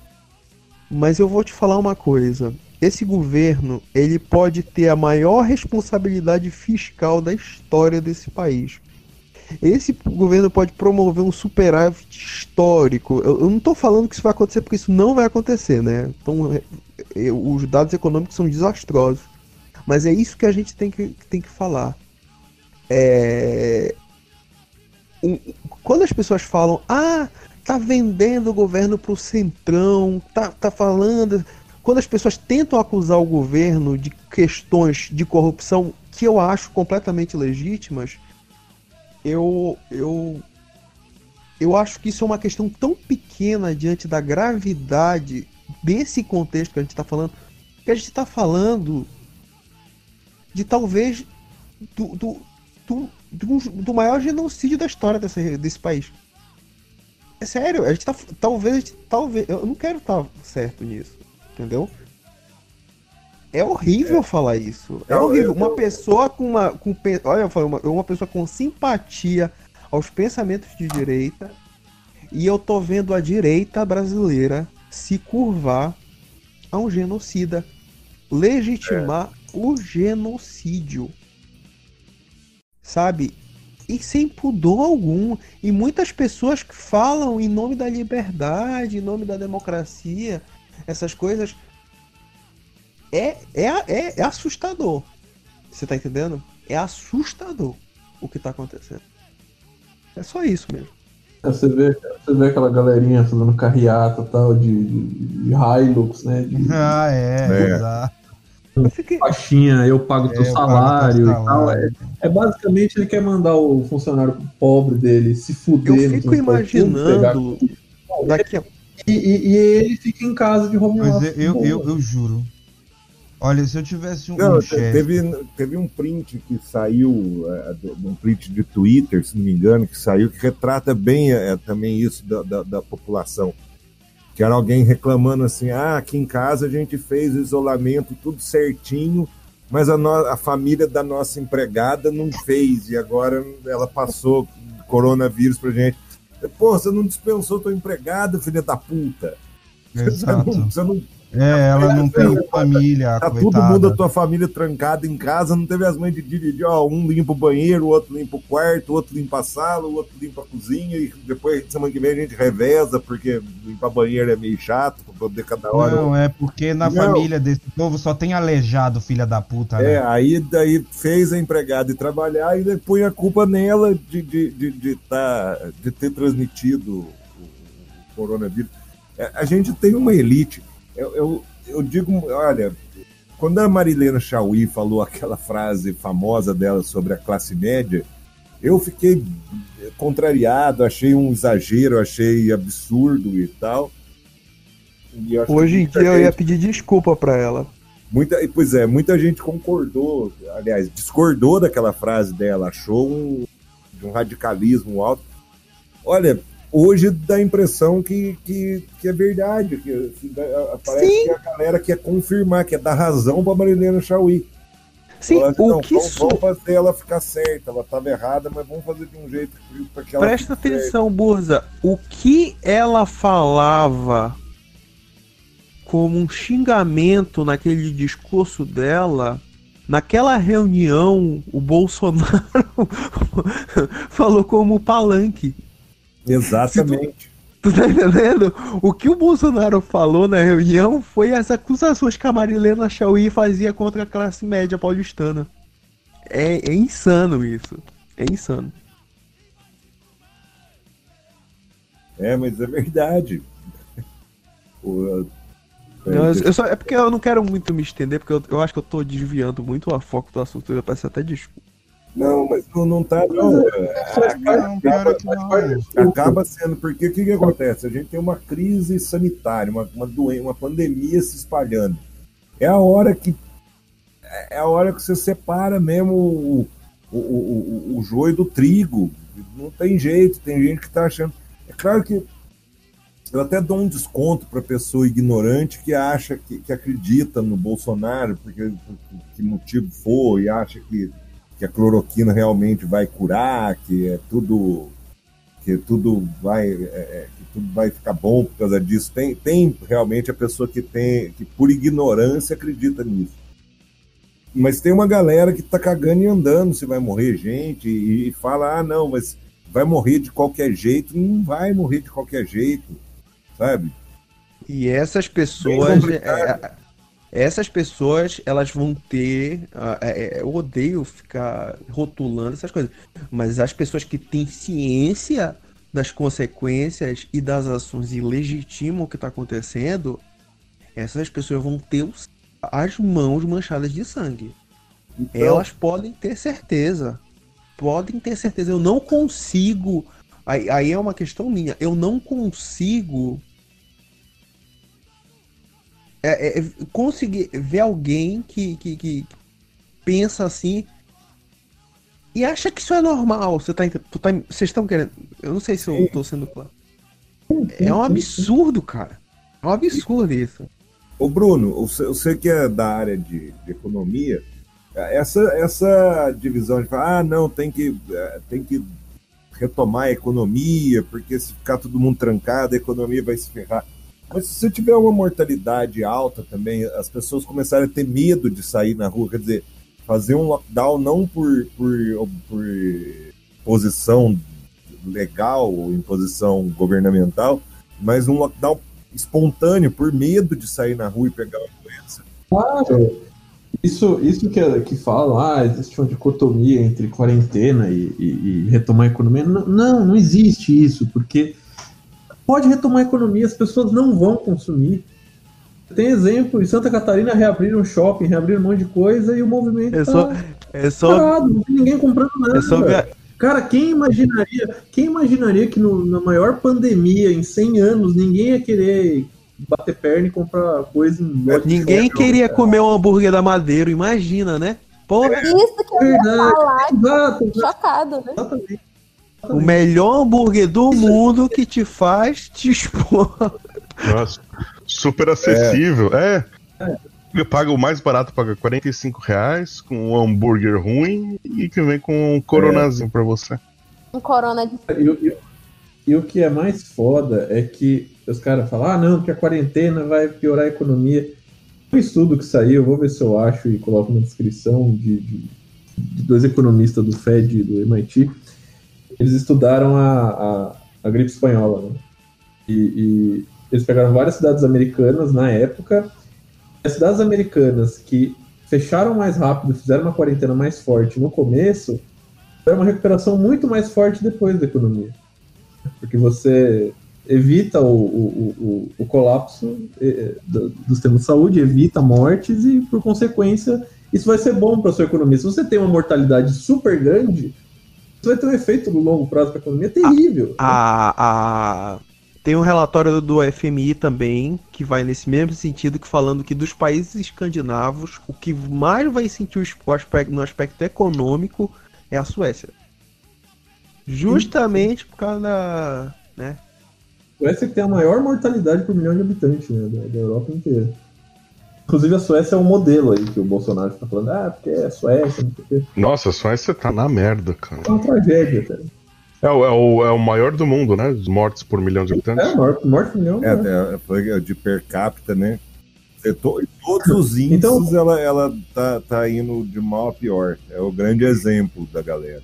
S6: Mas eu vou te falar uma coisa. Esse governo, ele pode ter a maior responsabilidade fiscal da história desse país. Esse governo pode promover um superávit histórico. Eu, eu não estou falando que isso vai acontecer, porque isso não vai acontecer, né? Então, é, é, os dados econômicos são desastrosos. Mas é isso que a gente tem que, tem que falar. É... um- Quando as pessoas falam, ah, tá vendendo o governo pro centrão, tá, tá falando... Quando as pessoas tentam acusar o governo de questões de corrupção que eu acho completamente legítimas, eu, eu, eu acho que isso é uma questão tão pequena diante da gravidade desse contexto que a gente está falando, que a gente está falando de talvez do, do, do, do, do maior genocídio da história desse, desse país. É sério, a gente tá, talvez, talvez, eu não quero estar certo nisso, entendeu? É horrível é. falar isso. É
S2: eu,
S6: horrível.
S2: Eu,
S6: uma
S2: eu...
S6: pessoa com uma, com, olha, eu falo, uma, uma pessoa com simpatia aos pensamentos de direita, e eu tô vendo a direita brasileira se curvar a um genocida, legitimar é. o genocídio, sabe? E sem pudor algum. E muitas pessoas que falam em nome da liberdade, em nome da democracia, essas coisas, é, é, é, é assustador. Você tá entendendo? É assustador o que tá acontecendo. É só isso mesmo.
S3: Você vê, você vê aquela galerinha fazendo carreata tal de, de, de Hilux, né? De,
S1: ah, é,
S2: é.
S1: exato.
S3: Eu fiquei... Faixinha, eu pago é, teu salário e tal. É, é basicamente ele quer mandar o funcionário pobre dele se fuder.
S6: Eu fico imaginando pegar... daqui a...
S3: e, e, e ele fica em casa de home
S1: Mas
S3: office.
S1: Eu, eu, eu, eu juro. Olha, se eu tivesse um,
S2: não,
S1: um chefe...
S2: teve, teve um print que saiu, é, um print de Twitter, se não me engano, que saiu, que retrata bem é, também isso da, da, da população. Que era alguém reclamando assim, ah, aqui em casa a gente fez o isolamento tudo certinho, mas a, no, a família da nossa empregada não fez, e agora ela passou coronavírus pra gente. Pô, você não dispensou tua empregada, filha da puta.
S1: Exato.
S2: Você não, você não
S1: É, ela não tem família,
S2: Tá
S1: coitada.
S2: todo mundo da tua família trancada em casa, não teve as mães de dividir, ó, um limpa o banheiro, o outro limpa o quarto, o outro limpa a sala, o outro limpa a cozinha, e depois, semana que vem, a gente reveza, porque limpar banheiro é meio chato, pra poder cada hora...
S1: Não, é porque na
S2: Não.
S1: família desse povo só tem aleijado, filha da puta, né?
S2: É, aí daí fez a empregada ir trabalhar e daí põe a culpa nela de, de, de, de, tá, de ter transmitido o, o coronavírus. É, a gente tem uma elite. Eu, eu, eu digo, olha, quando a Marilena Chauí falou aquela frase famosa dela sobre a classe média, eu fiquei contrariado, achei um exagero, achei absurdo e tal. E eu acho
S6: Hoje em
S2: que
S6: dia eu
S2: gente...
S6: ia pedir desculpa pra ela.
S2: Muita, pois é, muita gente concordou, aliás, discordou daquela frase dela, achou um, um radicalismo alto. Olha, hoje dá a impressão que, que, que é verdade, que, que dá, parece
S6: Sim.
S2: que a galera quer confirmar, quer dar razão para Marilena Chauí.
S6: Sim,
S2: Fala assim,
S6: o
S2: não,
S6: que
S2: vamos,
S6: isso...
S2: vamos fazer ela ficar certa, ela estava errada, mas vamos fazer de um jeito para que ela
S6: Presta
S2: fique certa.
S6: atenção, Burza. O que ela falava como um xingamento naquele discurso dela, naquela reunião, o Bolsonaro falou como palanque.
S2: Exatamente.
S6: Tu tá entendendo? O que o Bolsonaro falou na reunião foi as acusações que a Marilena Chauí fazia contra a classe média paulistana. É, é insano isso. É insano.
S2: É, mas é verdade. O,
S6: Não, eu, eu só, é porque eu não quero muito me estender, porque eu, eu acho que eu tô desviando muito o foco do assunto, eu peço até desculpa.
S2: Não, mas não, não tá, não.
S1: Não, pior é que não.
S2: Acaba sendo, porque o que, que acontece? A gente tem uma crise sanitária, uma, uma doença, uma pandemia se espalhando. É a hora que é a hora que você separa mesmo o, o, o, o joio do trigo. Não tem jeito, tem gente que tá achando. É claro que eu até dou um desconto para pessoa ignorante que acha que, que acredita no Bolsonaro, porque por que motivo for, e acha que que a cloroquina realmente vai curar, que é tudo, que tudo vai, é, que tudo vai ficar bom por causa disso. Tem, tem realmente a pessoa que tem, que por ignorância acredita nisso. Mas tem uma galera que tá cagando e andando se vai morrer gente e, e fala, ah, não, mas vai morrer de qualquer jeito. Não vai morrer de qualquer jeito, sabe?
S6: E essas pessoas... É, essas pessoas, elas vão ter... É, eu odeio ficar rotulando essas coisas, mas as pessoas que têm ciência das consequências e das ações e legitimam o que está acontecendo, essas pessoas vão ter os, as mãos manchadas de sangue. Então... Elas podem ter certeza. Podem ter certeza. Eu não consigo... Aí, aí é uma questão minha. Eu não consigo... É, é, conseguir ver alguém que, que, que pensa assim e acha que isso é normal. Você tá, tu tá, vocês estão querendo. Eu não sei se eu tô sendo claro. É um absurdo, cara. É um absurdo isso.
S2: Ô Bruno, você, você que é da área de, de economia, essa, essa divisão de falar, ah, não, tem que, tem que retomar a economia, porque se ficar todo mundo trancado, a economia vai se ferrar. Mas se você tiver uma mortalidade alta também, as pessoas começarem a ter medo de sair na rua, quer dizer, fazer um lockdown não por, por, por posição legal ou imposição governamental, mas um lockdown espontâneo por medo de sair na rua e pegar uma doença.
S3: Claro, isso, isso que, que falam, ah, existe uma dicotomia entre quarentena e, e, e retomar a economia. Não, não, não existe isso, porque pode retomar a economia, as pessoas não vão consumir. Tem exemplo, em Santa Catarina reabriram shopping, reabriram um monte de coisa e o movimento
S6: é
S3: tá
S6: só, é só...
S3: parado, não tem ninguém comprando nada.
S6: É só ver...
S3: Cara, quem imaginaria, quem imaginaria que no, na maior pandemia, em cem anos, ninguém ia querer bater perna e comprar coisa em loja de
S6: Ninguém
S3: shopping,
S6: queria
S3: cara.
S6: comer um hambúrguer da Madeiro, imagina, né? Porra,
S5: Isso que eu ia
S3: Verdade,
S5: falar.
S3: exato, exato,
S5: Chocado, né?
S3: exatamente.
S6: o melhor hambúrguer do mundo que te faz te expor.
S4: Nossa, super acessível. É. é. Paga o mais barato, paga quarenta e cinco reais com um hambúrguer ruim e que vem com um coronazinho é. pra você.
S5: Um corona de...
S3: Eu, eu, E o que é mais foda é que os caras falam, ah, não, porque a quarentena vai piorar a economia. Um estudo que saiu, vou ver se eu acho e coloco na descrição, de, de, de dois economistas do F E D e do M I T, eles estudaram a, a, a gripe espanhola, né? E, e eles pegaram várias cidades americanas na época. As cidades americanas que fecharam mais rápido, fizeram uma quarentena mais forte no começo, foi uma recuperação muito mais forte depois da economia. Porque você evita o, o, o, o colapso eh, do, do sistema de saúde, evita mortes e, por consequência, isso vai ser bom para a sua economia. Se você tem uma mortalidade super grande, isso vai ter um efeito no longo prazo para a economia terrível.
S6: A, a, tem um relatório do F M I também, que vai nesse mesmo sentido, que falando que dos países escandinavos, o que mais vai sentir o aspecto, no aspecto econômico é a Suécia. Justamente por causa da... Né?
S3: A Suécia que tem a maior mortalidade por milhão de habitantes, né, da, da Europa inteira. Inclusive a Suécia é um modelo aí que o Bolsonaro está falando, ah, porque é a Suécia, não sei o quê.
S4: Nossa, a Suécia tá na merda, cara.
S3: É uma tragédia, cara.
S4: É, o- é, o, é o maior do mundo, né? Os mortes por milhão de habitantes.
S3: É, morte, morte por milhão.
S2: É,
S3: né?
S2: é, foi de per capita, né? É, to- todos os índices
S3: Então-
S2: ela, ela tá, tá indo de mal a pior. É o grande exemplo da galera.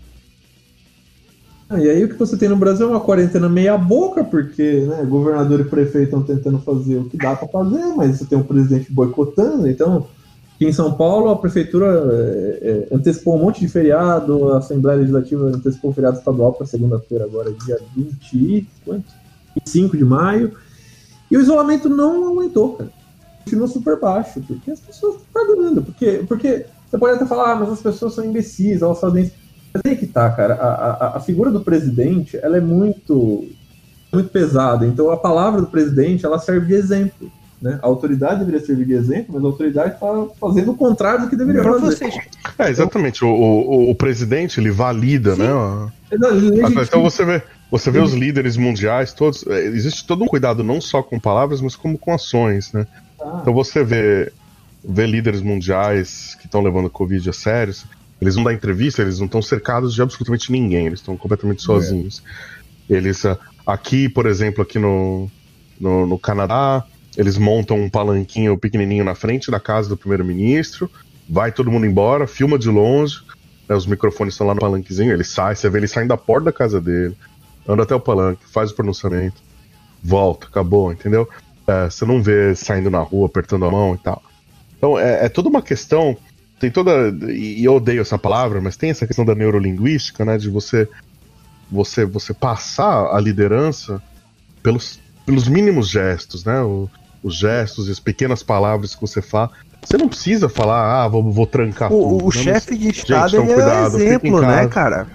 S3: Ah, e aí o que você tem no Brasil é uma quarentena meia boca, porque né, governador e prefeito estão tentando fazer o que dá para fazer, mas você tem um presidente boicotando. Então, aqui em São Paulo, a prefeitura é, é, antecipou um monte de feriado, a Assembleia Legislativa antecipou o feriado estadual para segunda-feira, agora dia vinte, e quanto? vinte e cinco de maio, e o isolamento não aumentou, cara. Continua super baixo, porque as pessoas estão pagando. Porque, porque você pode até falar, ah, mas as pessoas são imbecis, elas fazem isso. Mas aí que tá, cara, a, a, a figura do presidente, ela é muito, muito pesada. Então a palavra do presidente, ela serve de exemplo, né? A autoridade deveria servir de exemplo, mas a autoridade está fazendo o contrário do que deveria
S6: Pra
S3: fazer.
S6: vocês,
S4: É, exatamente. O, o, o presidente, ele valida,
S3: Sim.
S4: né? a-
S3: Não, legítimo.
S4: Então você vê, você vê os líderes mundiais todos. é, Existe todo um cuidado não só com palavras, mas como com ações, né?
S3: Ah,
S4: Então você vê, vê líderes mundiais que estão levando o Covid a sério. Eles não dão entrevista, eles não estão cercados de absolutamente ninguém, eles estão completamente sozinhos. Eles, ah, aqui, por exemplo, aqui no, no, no Canadá, eles montam um palanquinho pequenininho na frente da casa do primeiro-ministro, vai todo mundo embora, filma de longe, né, os microfones estão lá no palanquezinho, ele sai, você vê ele saindo da porta da casa dele, anda até o palanque, faz o pronunciamento, volta, acabou, entendeu? É, você não vê saindo na rua, apertando a mão e tal. Então é, é toda uma questão, tem toda, e eu odeio essa palavra, mas tem essa questão da neurolinguística, né, de você, você, você passar a liderança pelos, pelos mínimos gestos, né, o, os gestos e as pequenas palavras que você fala. Você não precisa falar, ah, vou, vou trancar tudo.
S6: o, o
S4: né,
S6: chefe
S4: mas-
S6: de Estado
S4: então
S6: ele é
S4: cuidado,
S6: um
S4: fica em
S6: exemplo, né,
S4: casa.
S6: cara?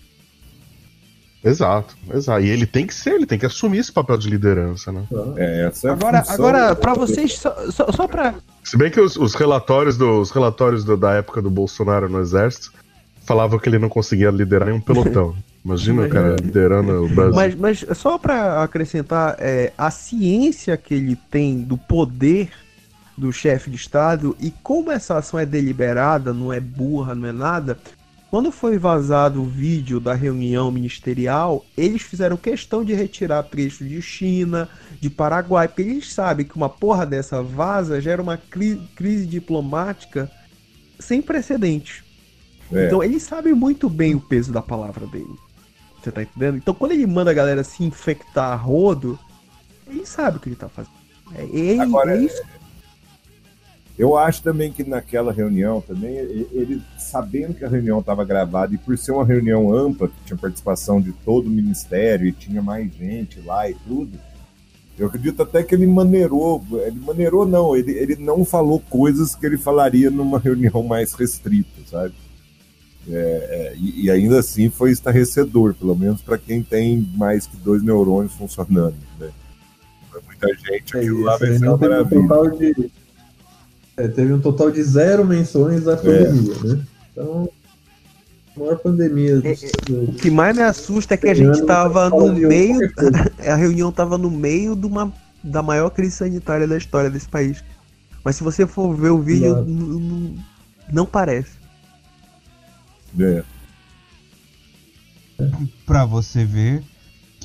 S4: Exato, exato. E ele tem que ser, ele tem que assumir esse papel de liderança, né?
S2: É, essa é a
S6: Agora,
S2: função
S6: agora
S2: do-
S6: para vocês, só, só, só pra.
S4: Se bem que os, os relatórios, do, os relatórios do- da época do Bolsonaro no exército falavam que ele não conseguia liderar nenhum pelotão. Imagina o cara liderando o Brasil.
S6: Mas, mas só pra acrescentar, é, a ciência que ele tem do poder do chefe de Estado e como essa ação é deliberada, não é burra, não é nada. Quando foi vazado o vídeo da reunião ministerial, eles fizeram questão de retirar trecho de China, de Paraguai, porque eles sabem que uma porra dessa vaza gera uma cri- crise diplomática sem precedentes.
S2: É.
S6: Então eles sabem muito bem o peso da palavra dele. Você tá entendendo? Então quando ele manda a galera se infectar a rodo, ele sabe o que ele tá fazendo. É, ele,
S2: Agora,
S6: é isso.
S2: Eu acho também que naquela reunião, também, e- ele sabendo que a reunião estava gravada e por ser uma reunião ampla, que tinha participação de todo o ministério e tinha mais gente lá e tudo, eu acredito até que ele maneirou, ele maneirou não, ele, ele não falou coisas que ele falaria numa reunião mais restrita, sabe? É, é, e, e ainda assim foi estarrecedor, pelo menos para quem tem mais que dois neurônios funcionando, né? Pra muita gente,
S3: é
S2: aquilo
S3: isso,
S2: lá vai
S3: aí
S2: ser
S3: não
S2: uma
S3: teve um
S2: maravilha.
S3: total de, é, teve um total de zero menções da pandemia, né? Então, a maior pandemia do,
S6: É,
S3: do,
S6: O que mais me assusta é que a
S3: Tem
S6: gente
S3: ano,
S6: tava
S3: fala
S6: no
S3: de
S6: meio.
S3: qualquer coisa.
S6: A reunião tava no meio de uma, da maior crise sanitária da história desse país. Mas se você for ver o vídeo,
S3: Exato.
S6: n- n- não parece.
S2: É.
S1: Pra você ver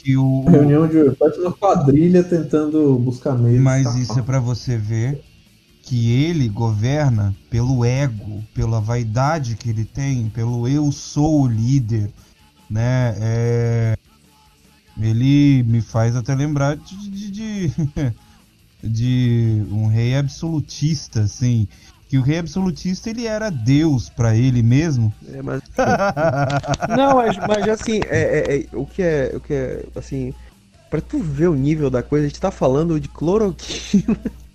S1: que o.
S3: Reunião de. Parece uma quadrilha tentando buscar meios.
S1: Mas isso é pra você ver que ele governa pelo ego, pela vaidade que ele tem, pelo eu sou o líder, né? É... Ele me faz até lembrar de, de, de, de um rei absolutista, assim. Que o rei absolutista, ele era Deus pra ele mesmo.
S6: É, mas... Não, mas, mas assim, é, é, é, o que é, o que é, assim, pra tu ver o nível da coisa, a gente tá falando de cloroquina.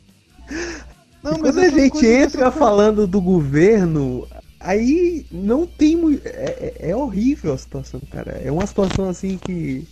S6: Não, mas quando a gente entra falando do governo, aí não tem muito... É, é, é horrível a situação, cara. É uma situação assim que...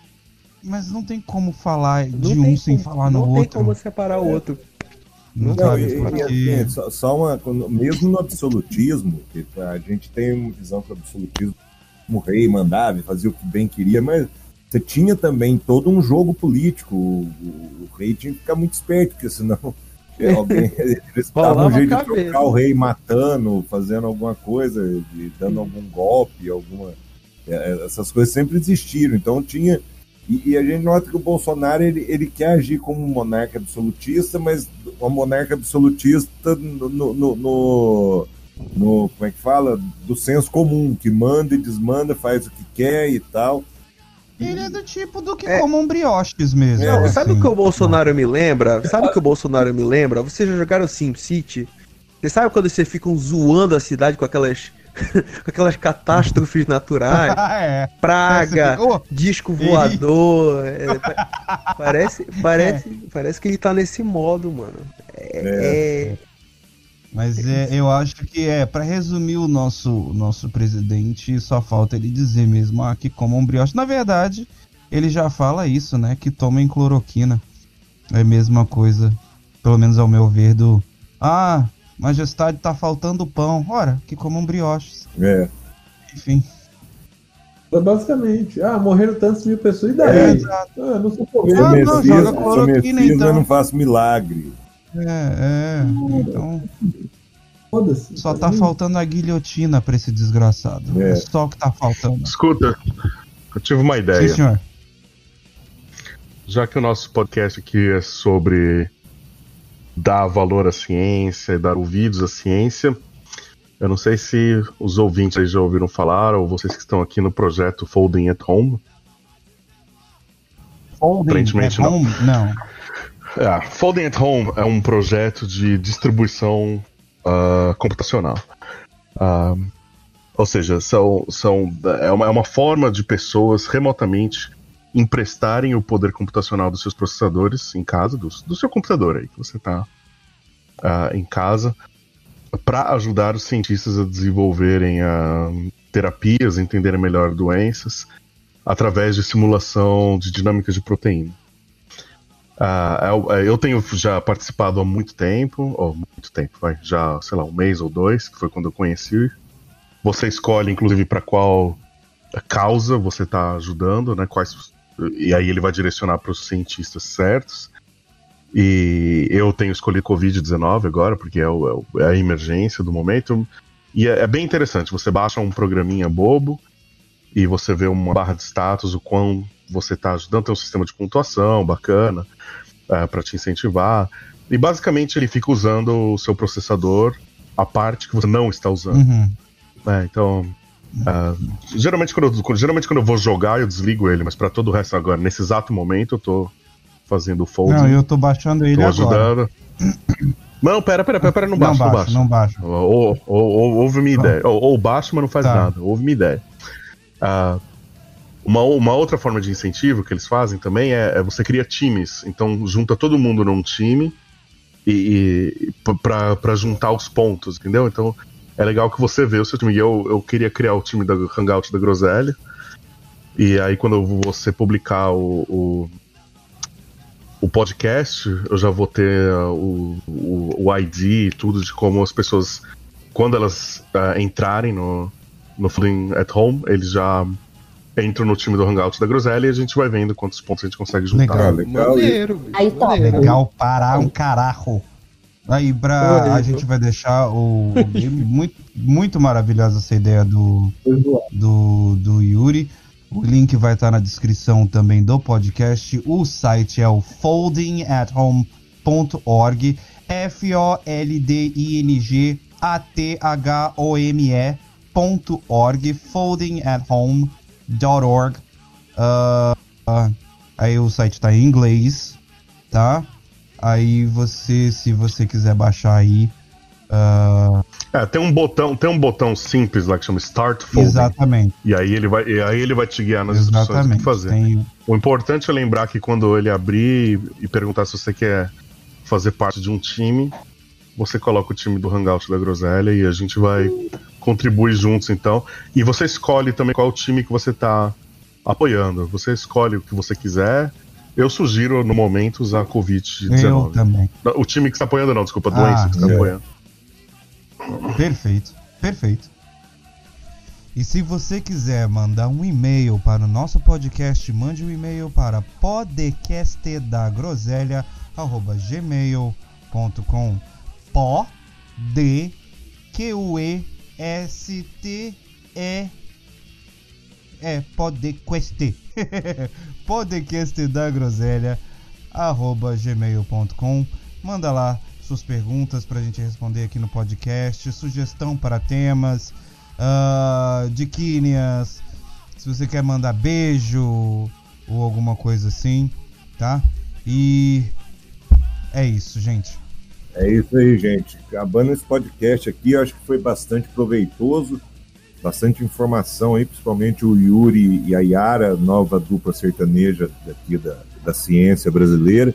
S1: Mas não tem como falar de
S6: não
S1: um sem
S6: como,
S1: falar no
S6: não
S1: outro.
S6: Não tem como separar o outro.
S1: Não,
S2: Não,
S1: sabe,
S2: e,
S1: porque...
S2: e, assim, só, só uma, mesmo no absolutismo, que a gente tem uma visão que o absolutismo, o rei mandava e fazia o que bem queria, mas você tinha também todo um jogo político. O, o, o rei tinha que ficar muito esperto, porque senão alguém, eles davam um jeito de trocar o rei matando, fazendo alguma coisa, de, dando algum golpe, alguma. Essas coisas sempre existiram, então tinha. E, e a gente nota que o Bolsonaro ele, ele quer agir como um monarca absolutista, mas um monarca absolutista no, no, no, no, no como é que fala? Do senso comum, que manda e desmanda, faz o que quer e tal.
S1: Ele é do tipo do que
S6: é.
S1: comam brioches mesmo.
S6: Não,
S1: assim.
S6: sabe o que o Bolsonaro me lembra? Sabe o que o Bolsonaro me lembra? Vocês já jogaram SimCity? Você sabe quando vocês ficam zoando a cidade com aquelas... com aquelas catástrofes naturais,
S1: é.
S6: praga,
S1: fica, oh,
S6: disco voador, é, parece, parece, é. parece que ele tá nesse modo, mano. É, é.
S1: É. Mas é, eu acho que é, pra resumir o nosso, nosso presidente, só falta ele dizer mesmo ah, que comam brioche. Na verdade, ele já fala isso, né? Que tomem cloroquina. É a mesma coisa, pelo menos ao meu ver, do... Ah... Majestade, tá faltando pão. Ora, que comam brioches.
S2: É.
S1: Enfim.
S3: Basicamente. Ah, morreram tantas mil pessoas. E daí?
S1: É, exato.
S3: Ah, não sou por
S2: Ah,
S1: não, não, joga cloroquina, então.
S2: Eu não faço milagre.
S1: É, é. Então.
S3: Foda-se.
S1: Só tá faltando a guilhotina pra esse desgraçado. É. é só o que tá faltando.
S4: Escuta, eu tive uma ideia.
S1: Sim, senhor.
S4: Já que o nosso podcast aqui é sobre dar valor à ciência, dar ouvidos à ciência, eu não sei se os ouvintes aí já ouviram falar, ou vocês que estão aqui no projeto Folding at Home.
S1: Folding at Home? Não.
S4: É, Folding at Home é um projeto de distribuição uh, computacional. Uh, ou seja, são, são, é, uma, é uma forma de pessoas remotamente emprestarem o poder computacional dos seus processadores em casa, do, do seu computador aí, que você está uh, em casa, para ajudar os cientistas a desenvolverem uh, terapias, entenderem melhor doenças, através de simulação de dinâmica de proteína. Uh, eu, eu tenho já participado há muito tempo, ou muito tempo, vai, já, sei lá, um mês ou dois, que foi quando eu conheci. Você escolhe, inclusive, para qual causa você está ajudando, né, quais... E aí ele vai direcionar para os cientistas certos. E eu tenho escolhido covid dezenove agora, porque é, o, é a emergência do momento. E é, é bem interessante. Você baixa um programinha bobo e você vê uma barra de status, o quão você está ajudando. Tem um sistema de pontuação bacana é, para te incentivar. E basicamente ele fica usando o seu processador, a parte que você não está usando.
S1: Uhum.
S4: É, então... Uh, geralmente, quando eu, geralmente quando eu vou jogar eu desligo ele, mas pra todo o resto agora, nesse exato momento eu tô fazendo o fold.
S1: Não, eu tô baixando ele
S4: tô
S1: agora.
S4: Ajudando. Não, pera, pera, pera, pera, não baixa, não baixa.
S1: Não baixa.
S4: Ou, ou, ou, ouve minha ideia. Ou, ou baixa, mas não faz tá. nada. Ouve minha ideia. Uh, uma, uma outra forma de incentivo que eles fazem também é, é você cria times. Então junta todo mundo num time e, e pra, pra juntar os pontos, entendeu? Então é legal que você vê o seu time. E eu, eu queria criar o time da Hangout da Groselha. E aí quando você publicar o, o, o podcast, eu já vou ter o, o, o I D e tudo de como as pessoas, quando elas uh, entrarem no, no Folding at Home, eles já entram no time do Hangout da Groselha e a gente vai vendo quantos pontos a gente consegue juntar.
S1: Legal,
S2: legal.
S6: Maneiro,
S5: aí tá.
S1: Legal para um carajo. Aí pra, a gente vai deixar o muito, muito maravilhosa essa ideia do, do, do Yuri. O link vai estar na descrição também do podcast. O site é o folding at home ponto org, F O L D I N G A T H O M E ponto org, folding at home ponto org. Uh, uh, aí o site tá em inglês, tá? Aí você, se você quiser baixar aí, uh...
S4: é, tem um botão, tem um botão simples lá que chama Start Folding.
S1: Exatamente.
S4: E aí ele vai, e aí ele vai te guiar nas instruções
S1: Exatamente.
S4: do que fazer.
S1: Tem...
S4: O importante é lembrar que quando ele abrir e perguntar se você quer fazer parte de um time, você coloca o time do Hangout da Groselha e a gente vai contribuir juntos, então. E você escolhe também qual time que você tá apoiando. Você escolhe o que você quiser. Eu sugiro, no momento, usar covid dezenove.
S1: Eu também.
S4: O time que está apoiando, não, desculpa, a doença
S1: Ah,
S4: que está
S2: é.
S4: apoiando.
S1: Perfeito, perfeito. E se você quiser mandar um e-mail para o nosso podcast, mande um e-mail para podcastdagroselha arroba gmail ponto com. Pod Q U E S T E É, podcast. podcastdagroselha arroba gmail ponto com. Manda lá suas perguntas pra gente responder aqui no podcast, sugestão para temas, uh, diquinhas, se você quer mandar beijo ou alguma coisa assim, tá? E é isso, gente.
S2: É isso aí, gente. Acabando esse podcast aqui, eu acho que foi bastante proveitoso, bastante informação aí, principalmente o Yuri e a Yara, nova dupla sertaneja daqui da, da ciência brasileira.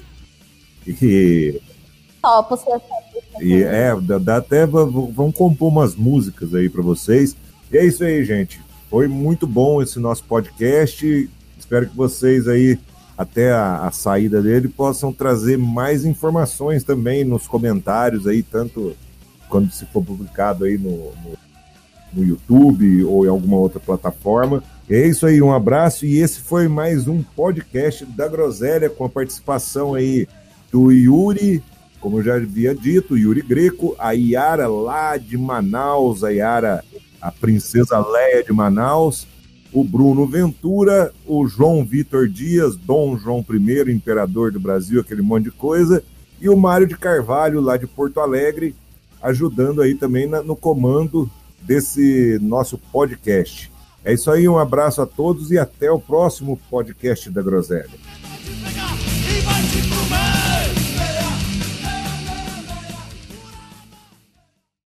S2: E,
S5: Topo, você
S2: e é, dá, dá até vamos compor umas músicas aí para vocês. E é isso aí, gente. Foi muito bom esse nosso podcast. Espero que vocês aí, até a, a saída dele, possam trazer mais informações também nos comentários aí, tanto quando se for publicado aí no, no, no YouTube ou em alguma outra plataforma. É isso aí, um abraço, e esse foi mais um podcast da Groselha, com a participação aí do Yuri, como eu já havia dito, Yuri Greco, a Yara lá de Manaus, a Yara, a princesa Leia de Manaus, o Bruno Ventura, o João Vitor Dias, Dom João I, imperador do Brasil, aquele monte de coisa, e o Mário de Carvalho, lá de Porto Alegre, ajudando aí também na, no comando desse nosso podcast. É isso aí, um abraço a todos e até o próximo podcast da Groselha.
S7: Vai te pegar e vai te comer.